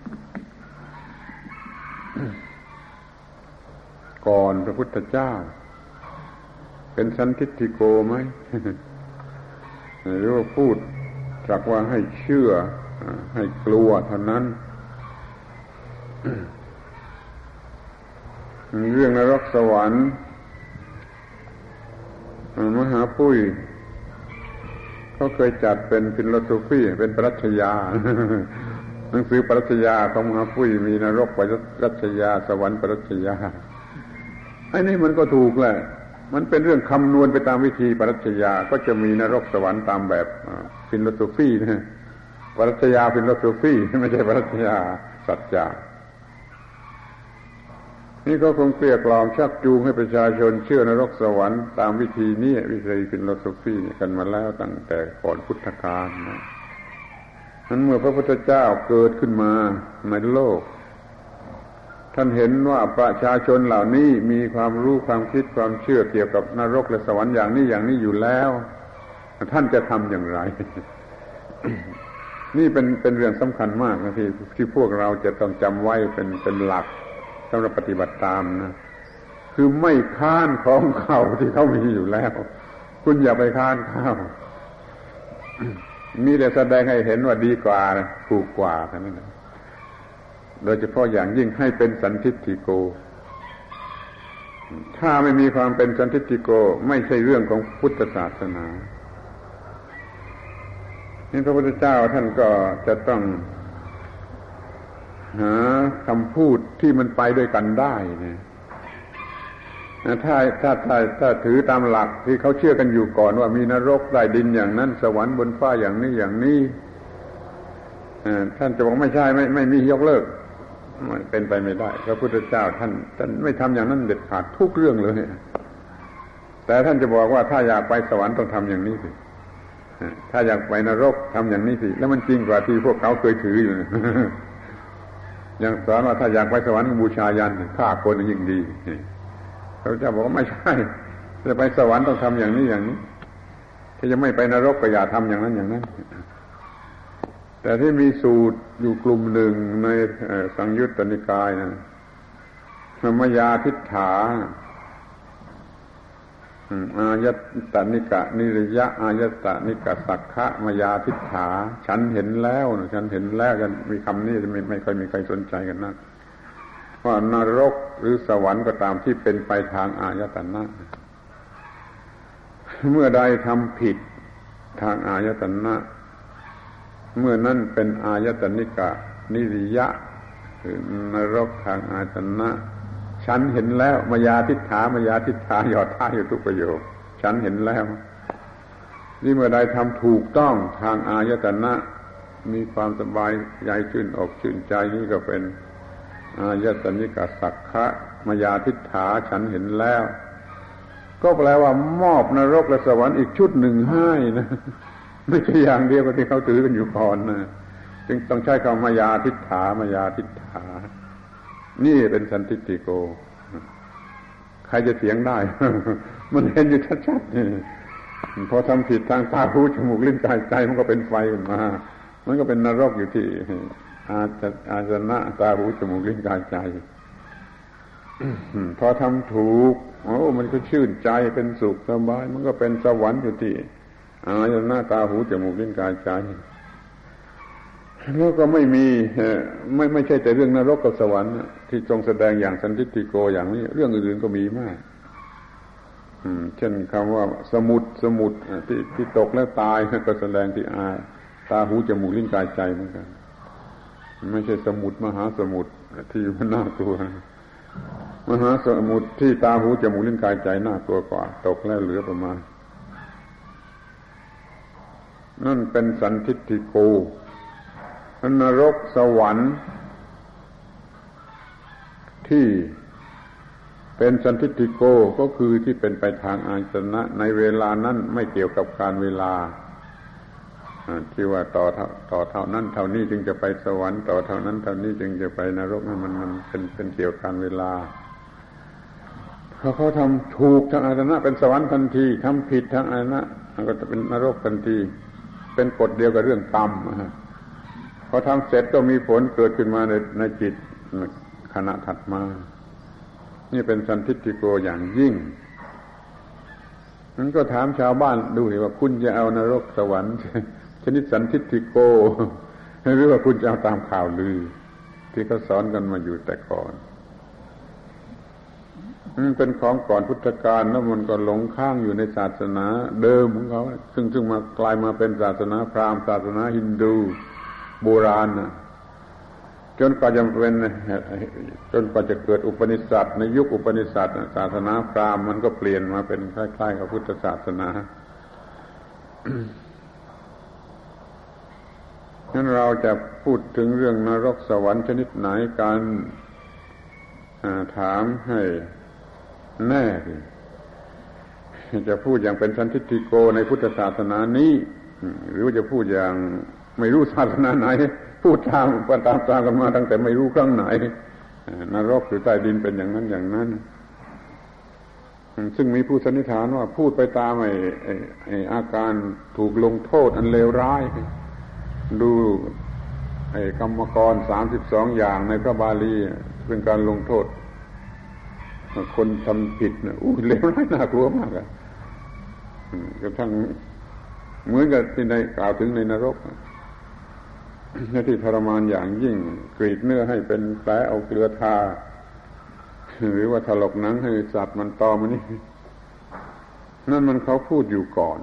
ก่อนพระพุทธเจ้าเป็นสันทิฏฐิโกไหมหรือว่าพูดจากว่าให้เชื่อให้กลัวเท่านั้นเรื่องนรกสวรรค์มหาปุ้ยเขาเคยจัดเป็นฟิโลโซฟีเป็นปรัชญาหนังสือปรัชญาของมหาปุ้ยมีนรกปรัชญาสวรรค์ปรัชญาไอ้นี่มันก็ถูกแหละมันเป็นเรื่องคำนวณไปตามวิธีปรัชญาก็จะมีนรกสวรรค์ตามแบบฟิโลโซฟีนะปรัชญาฟิโลโซฟีไม่ใช่ปรัชญาสัจจะนี่ก็คงเกลี้ยกล่อมชักจูงให้ประชาชนเชื่อนรกสวรรค์ตามวิธีนี้วิธีฟิโลโซฟีกันมาแล้วตั้งแต่ก่อนพุทธกาลนะนั้นเมื่อพระพุทธเจ้าเกิดขึ้นมาในโลกท่านเห็นว่าประชาชนเหล่านี้มีความรู้ความคิดความเชื่อเกี่ยวกับนรกและสวรรค์อย่างนี้อย่างนี้อยู่แล้วท่านจะทำอย่างไร นี่เป็นเป็นเรื่องสำคัญมากนะที่ที่พวกเราจะต้องจำไว้เป็นเป็นหลักสำหรับปฏิบัติตามนะคือไม่ค้านของเขาที่เขามีอยู่แล้วคุณอย่าไปค้านเขามีแต่แสดงให้เห็นว่าดีกว่าถูกกว่าเท่านั้นโดยเฉพาะอย่างยิ่งให้เป็นสันทิฏฐิโกถ้าไม่มีความเป็นสันทิฏฐิโกไม่ใช่เรื่องของพุทธศาสนานี่พระพุทธเจ้าท่านก็จะต้องหาคำพูดที่มันไปด้วยกันได้นะถ้าถ้าถ้าถ้าถือตามหลักที่เขาเชื่อกันอยู่ก่อนว่ามีนรกใต้ดินอย่างนั้นสวรรค์บนฟ้าอย่างนี้อย่างนี้ท่านจะบอกไม่ใช่ไม่ไม่มียกเลิกมันเป็นไปไม่ได้พระพุทธเจ้าท่านท่านไม่ทำอย่างนั้นเด็ดขาดทุกเรื่องเลยแต่ท่านจะบอกว่าถ้าอยากไปสวรรค์ต้องทำอย่างนี้สิถ้าอยากไปนรกทำอย่างนี้สิแล้วมันจริงกว่าที่พวกเขาเคยถืออยู่อย่างสอนว่าถ้าอยากไปสวรรค์บูชายันฆ่าคนยิ่งดีพระเจ้าบอกว่าไม่ใช่จะไปสวรรค์ต้องทำอย่างนี้อย่างนี้ถ้าจะไม่ไปนรกก็อย่าทำอย่างนั้นอย่างนั้นแต่ที่มีสูตรอยู่กลุ่มหนึ่งในสังยุตตนิกายนะมยาทิฏฐาอายตนิกะนิริยะอายตนิกะสักขะมยาทิฏฐาฉันเห็นแล้วฉันเห็นแล้วกันมีคำนี้ไม่ไม่ค่อยมีใครสนใจกันนักว่านรกหรือสวรรค์ก็ตามที่เป็นไปทางอายตนะเมื่อใดทำผิดทางอายตนะเมื่อนั้นเป็นอายตนิกะนิริยะคือนรกทางอายตนะฉันเห็นแล้วมยาทิฏฐามยาทิฏฐาหยอดท้ายอยู่ทุกประโยคฉันเห็นแล้วนี่เมื่อใดทำถูกต้องทางอายตนะมีความสบายใจชื่นอกชื่นใจนี่ก็เป็นอายตนิกะสักขะมยาทิฏฐาฉันเห็นแล้วก็แปลว่ามอบนรกและสวรรค์อีกชุดหนึ่งให้นะไม่ใช่อย่างเดียวกับที่เขาถือกันอยู่ก่อนนะจึงต้องใช้คำมยาทิฏฐามยาทิฏฐานี่เป็นสันทิฏฐิโกใครจะเถียงได้มันเห็นอยู่ชัดๆพอทำผิดทางตาหูจมูกลิ้นกายใจมันก็เป็นไฟขึ้นมามันก็เป็นนรกอยู่ที่อาจอาจนะตาหูจมูกลิ้นกายใจพอทำถูกโอ้มันก็ชื่นใจเป็นสุขสบายมันก็เป็นสวรรค์อยู่ที่อาจนะตาหูจมูกลิ้นกายใจแล้วก็ไม่มีไม่ไม่ใช่แต่เรื่องนรกกับสวรรค์ที่ทรงแสดงอย่างสันทิฏฐิโกอย่างนี้เรื่องอื่นๆก็มีมากเช่นคำว่าสมุทรสมุทรที่ที่ตกแล้วตายก็แสดงที่อาตาหูจมูกลิ้นกายใจเหมือนกันไม่ใช่สมุทรมหาสมุทรที่มันน่ากลัวมหาสมุทรที่ตาหูจมูกลิ้นกายใจน่ากลัวกว่าตกแล้วเหลือประมาณนั่นเป็นสันทิฏฐิโกนรกสวรรค์ที่เป็นสันทิฏฐิโกก็คือที่เป็นไปทางอายตนะในเวลานั้นไม่เกี่ยวกับการเวลาที่ว่าต่อต่อเท่านั้นเท่านี้จึงจะไปสวรรค์ต่อเท่านั้นเท่านี้จึงจะไปนรกมันมันมันเป็นเป็นเกี่ยวกับการเวลาพอเขาทำถูกทางอายตนะเป็นสวรรค์ทันทีทำผิดทางอายตนะก็จะเป็นนรกทันทีเป็นกฎเดียวกับเรื่องกรรมพอทำเสร็จก็มีผลเกิดขึ้นมาในในจิตขณะถัดมานี่เป็นสันทิฏฐิโกอย่างยิ่งนั้นก็ถามชาวบ้านดูว่าคุณจะเอานรกสวรรค์ชนิดสันทิฏฐิโกหรือว่าคุณจะเอาตามข่าวลือที่เขาสอนกันมาอยู่แต่ก่อนมันเป็นของก่อนพุทธกาลแล้วมันก็หลงข้างอยู่ในศาสนาเดิมของเขาซึ่งซึ่งมากลายมาเป็นศาสนาพราหมณ์ศาสนาฮินดูโบราณนะจนกว่าจะเป็นจนกว่าจะเกิดอุปนิสัตในยุคอุปนิสัตศาสนาพราหมณ์มันก็เปลี่ยนมาเป็นคล้ายๆกับพุทธศาสนางั้นเราจะพูดถึงเรื่องนรกสวรรค์ชนิดไหนการถามให้แน่จะพูดอย่างเป็นสันทิฏฐิโกในพุทธศาสนานี้หรือว่าจะพูดอย่างไม่รู้ศาสนาไหนพูดตามตามตามกันมาตั้งแต่ไม่รู้ครั้งไหนนรกหรือใต้ดินเป็นอย่างนั้นอย่างนั้นซึ่งมีผู้สันนิษฐานว่าพูดไปตามไอ้ไอ้อาการถูกลงโทษอันเลวร้ายดูไอ้กรรมกรสามสิบสองอย่างในพระบาลีเป็นการลงโทษคนทำผิดนะอู้เลวร้ายน่ากลัวมากอะกระทั่งเหมือนกับที่ในกล่าวถึงในนรกที่ทรมานอย่างยิ่งกรีดเนื้อให้เป็นแผลเอาเกลือทาหรือว่าถลกหนังให้สัตว์มันตอมมันนี่นั่นมันเขาพูดอยู่ก่อน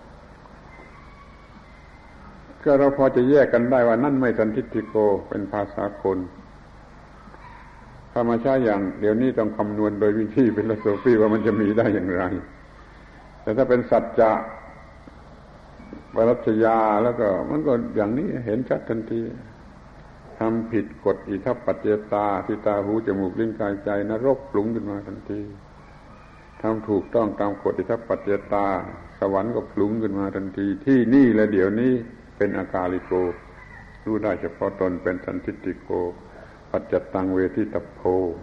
ก็เราพอจะแยกกันได้ว่านั่นไม่สันทิฏฐิโกเป็นภาษาคนถ้ามาใช้อย่างเดี๋ยวนี้ต้องคำนวณโดยวิธีฟิโลโซฟีว่ามันจะมีได้อย่างไรแต่ถ้าเป็นสัจจะปรัชญาแล้วก็มันก็อย่างนี้เห็นชัดทันทีทำผิดกฎอิทัปปัจเจตาที่ตาหูจมูกลิ้นกายใจนรกปรุงขึ้นมาทันทีทำถูกต้องตามกฎอิทัปปัจเจตาสวรรค์ก็ปรุงขึ้นมาทันทีที่นี่และเดี๋ยวนี้เป็นอากาลิโกรู้ได้เฉพาะตนเป็นสันทิฏฐิโกปัจจตังเวทิตโพ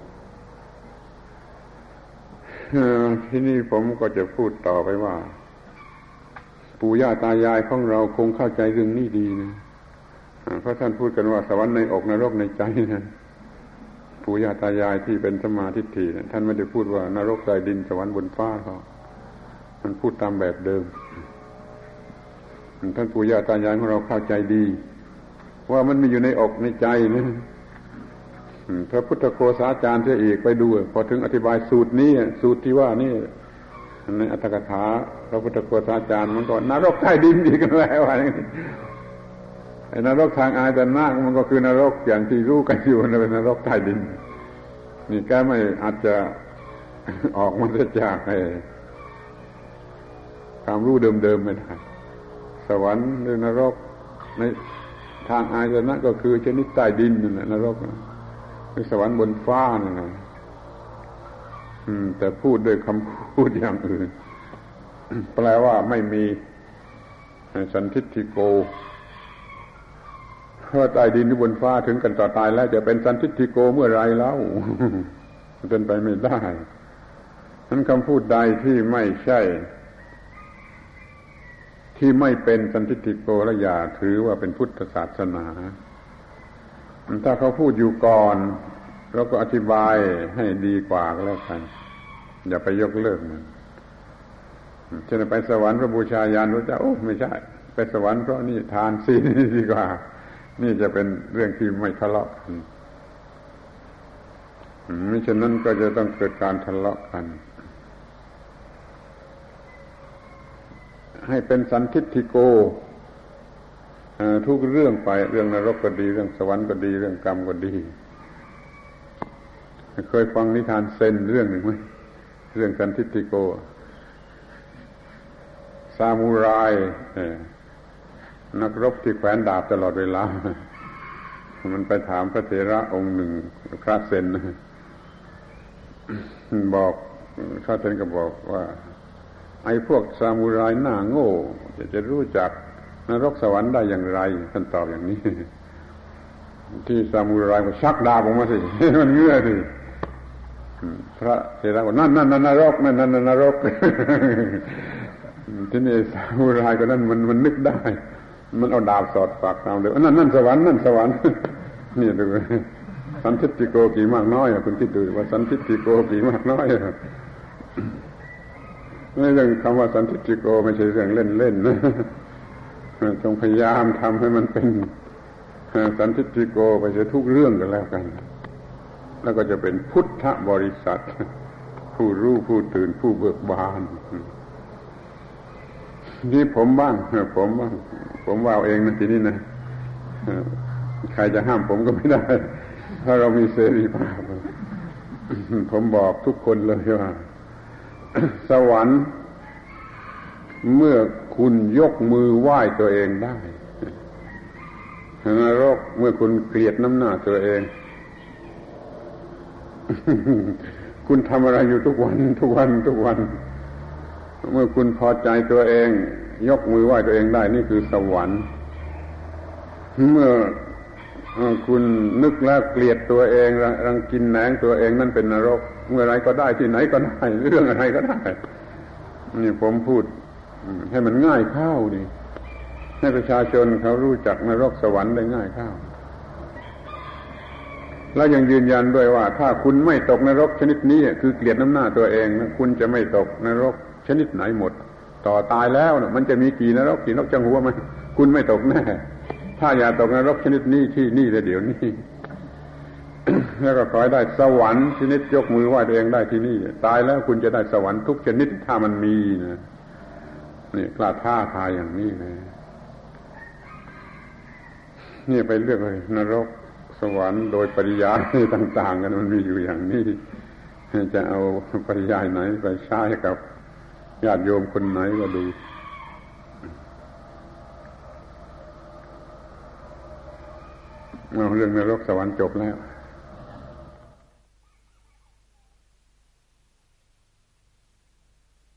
ที่นี่ผมก็จะพูดต่อไปว่าปู่ย่าตายายของเราคงเข้าใจเรื่องนี้ดีนะเพราะท่านพูดกันว่าสวรรค์ในอกนรกในใจนะปู่ย่าตายายที่เป็นสัมมาทิฏฐิท่านไม่ได้พูดว่านรกใต้ดินสวรรค์บนฟ้าเขาท่านพูดตามแบบเดิมท่านปู่ย่าตายายของเราเข้าใจดีว่ามันมีอยู่ในอกในใจนะพระพุทธโฆษาจารย์เสียอีกไปดูพอถึงอธิบายสูตรนี้สูตรที่ว่านี่ในอัตถกถาพระพุทธโฆษาจารย์มันก็นรกใต้ดินอีกแล้วว่าไอ้นรกทางอายตนะมันก็คือนรกอย่างที่รู้กันอยู่นะเป็นนรกใต้ดินนี่แกไม่อาจจะออกมาจากไอ้ความรู้เดิมๆไม่ได้สวรรค์หรือนรกในทางอายตนะก็คือชนิดใต้ดินนั่นแหละนรกหรือสวรรค์บนฟ้านั่นแหละแต่พูดด้วยคำพูดอย่างอื่นแปลว่าไม่มีสันทิฏฐิโกเพราะใต้ดินหรือบนฟ้าถึงกันต่อตายแล้วจะเป็นสันทิฏฐิโกเมื่อไรแล้วเป็นไปไม่ได้นั้นคำพูดใดที่ไม่ใช่ที่ไม่เป็นสันทิฏฐิโกและอย่าถือว่าเป็นพุทธศาสนาถ้าเขาพูดอยู่ก่อนเราก็อธิบายให้ดีกว่าก็แล้วกันอย่าไปยกเลิกมันเช่นไปสวรรค์พระบูชาญาณพระเจ้าโอ้ไม่ใช่ไปสวรรค์เพราะนี่ทานศีลดีกว่านี่จะเป็นเรื่องที่ไม่ทะเลาะกันมิฉะนั้นก็จะต้องเกิดการทะเลาะกันให้เป็นสันทิฏฐิโกทุกเรื่องไปเรื่องนรกก็ดีเรื่องสวรรค์ก็ดีเรื่องกรรมก็ดีเคยฟังนิทานเซนเรื่องหนึ่งไหมเรื่องสันทิฏฐิโกซามูไรนักรบที่แขวนดาบตลอดเวลามันไปถามพระเถระองค์หนึ่งพระเซนบอกพระเซนก็บอกว่าไอ้พวกซามูไรหน้าโง่จะจะรู้จักนรกสวรรค์ได้อย่างไรท่านตอบอย่างนี้ที่ซามูไรก็ชักดาบออกมาสิมันเงื่อสิพระเถระบอกนั่นนั่นนรกนั่นนั่นนรกที่นี่ซามูไรก็นั่นมันมันนึกได้มันเอาดาบสอดปากตามเลยนั่นนั่นสวรรค์นั่นสวรรค์นี่ดูสันทิฏฐิโกกี่มากน้อยคุณคิดดูว่าสันทิฏฐิโกกี่มากน้อยนี่เรื่องคำว่าสันทิฏฐิโกไม่ใช่เรื่องเล่นๆนะจงพยายามทำให้มันเป็นสันทิฏฐิโกไปจะทุกเรื่องกันแล้วกันแล้วก็จะเป็นพุทธบริษัทผู้รู้ผู้ตื่นผู้เบิกบานนี่ผมบ้างผมบ้างผมว่าเอาเองนะทีนี้นะใครจะห้ามผมก็ไม่ได้ถ้าเรามีเสรีภาพผมบอกทุกคนเลยว่าสวรรค์เมื่อคุณยกมือไหว้ตัวเองได้นรกเมื่อคุณเกลียดน้ำหน้าตัวเองคุณทำอะไรอยู่ทุกวันทุกวันทุกวันเมื่อคุณพอใจตัวเองยกมือไหว้ตัวเองได้นี่คือสวรรค์เมื่อคุณนึกแล้วเกลียดตัวเองรังกินแหนงตัวเองนั่นเป็นนรกเมื่อไรก็ได้ที่ไหนก็ได้เรื่องอะไรก็ได้นี่ผมพูดให้มันง่ายเข้านี่ให้ประชาชนเขารู้จักนรกสวรรค์ได้ง่ายเข้าแล้วยังยืนยันด้วยว่าถ้าคุณไม่ตกนรกชนิดนี้คือเกลียดน้ำหน้าตัวเองนะคุณจะไม่ตกนรกชนิดไหนหมดต่อตายแล้วนะมันจะมีกี่นรกกี่นรกจังหัวมันคุณไม่ตกแน่ถ้าอย่าตกนรกชนิดนี้ที่นี่เลยเดี๋ยวนี้ แล้วก็ขอให้ได้สวรรค์ชนิดยกมือไหว้ตัวเองได้ที่นี่ตายแล้วคุณจะได้สวรรค์ทุกชนิดถ้ามันมีนะนี่กล้าท้าทายอย่างนี้นะนี่ไปเลือกเลยนรกสวรรค์โดยปริยายต่างๆกันมันมีอยู่อย่างนี้จะเอาปริยายไหนไปใช้กับญาติโยมคนไหนก็ดูเอาเรื่องนรกสวรรค์จบแล้ว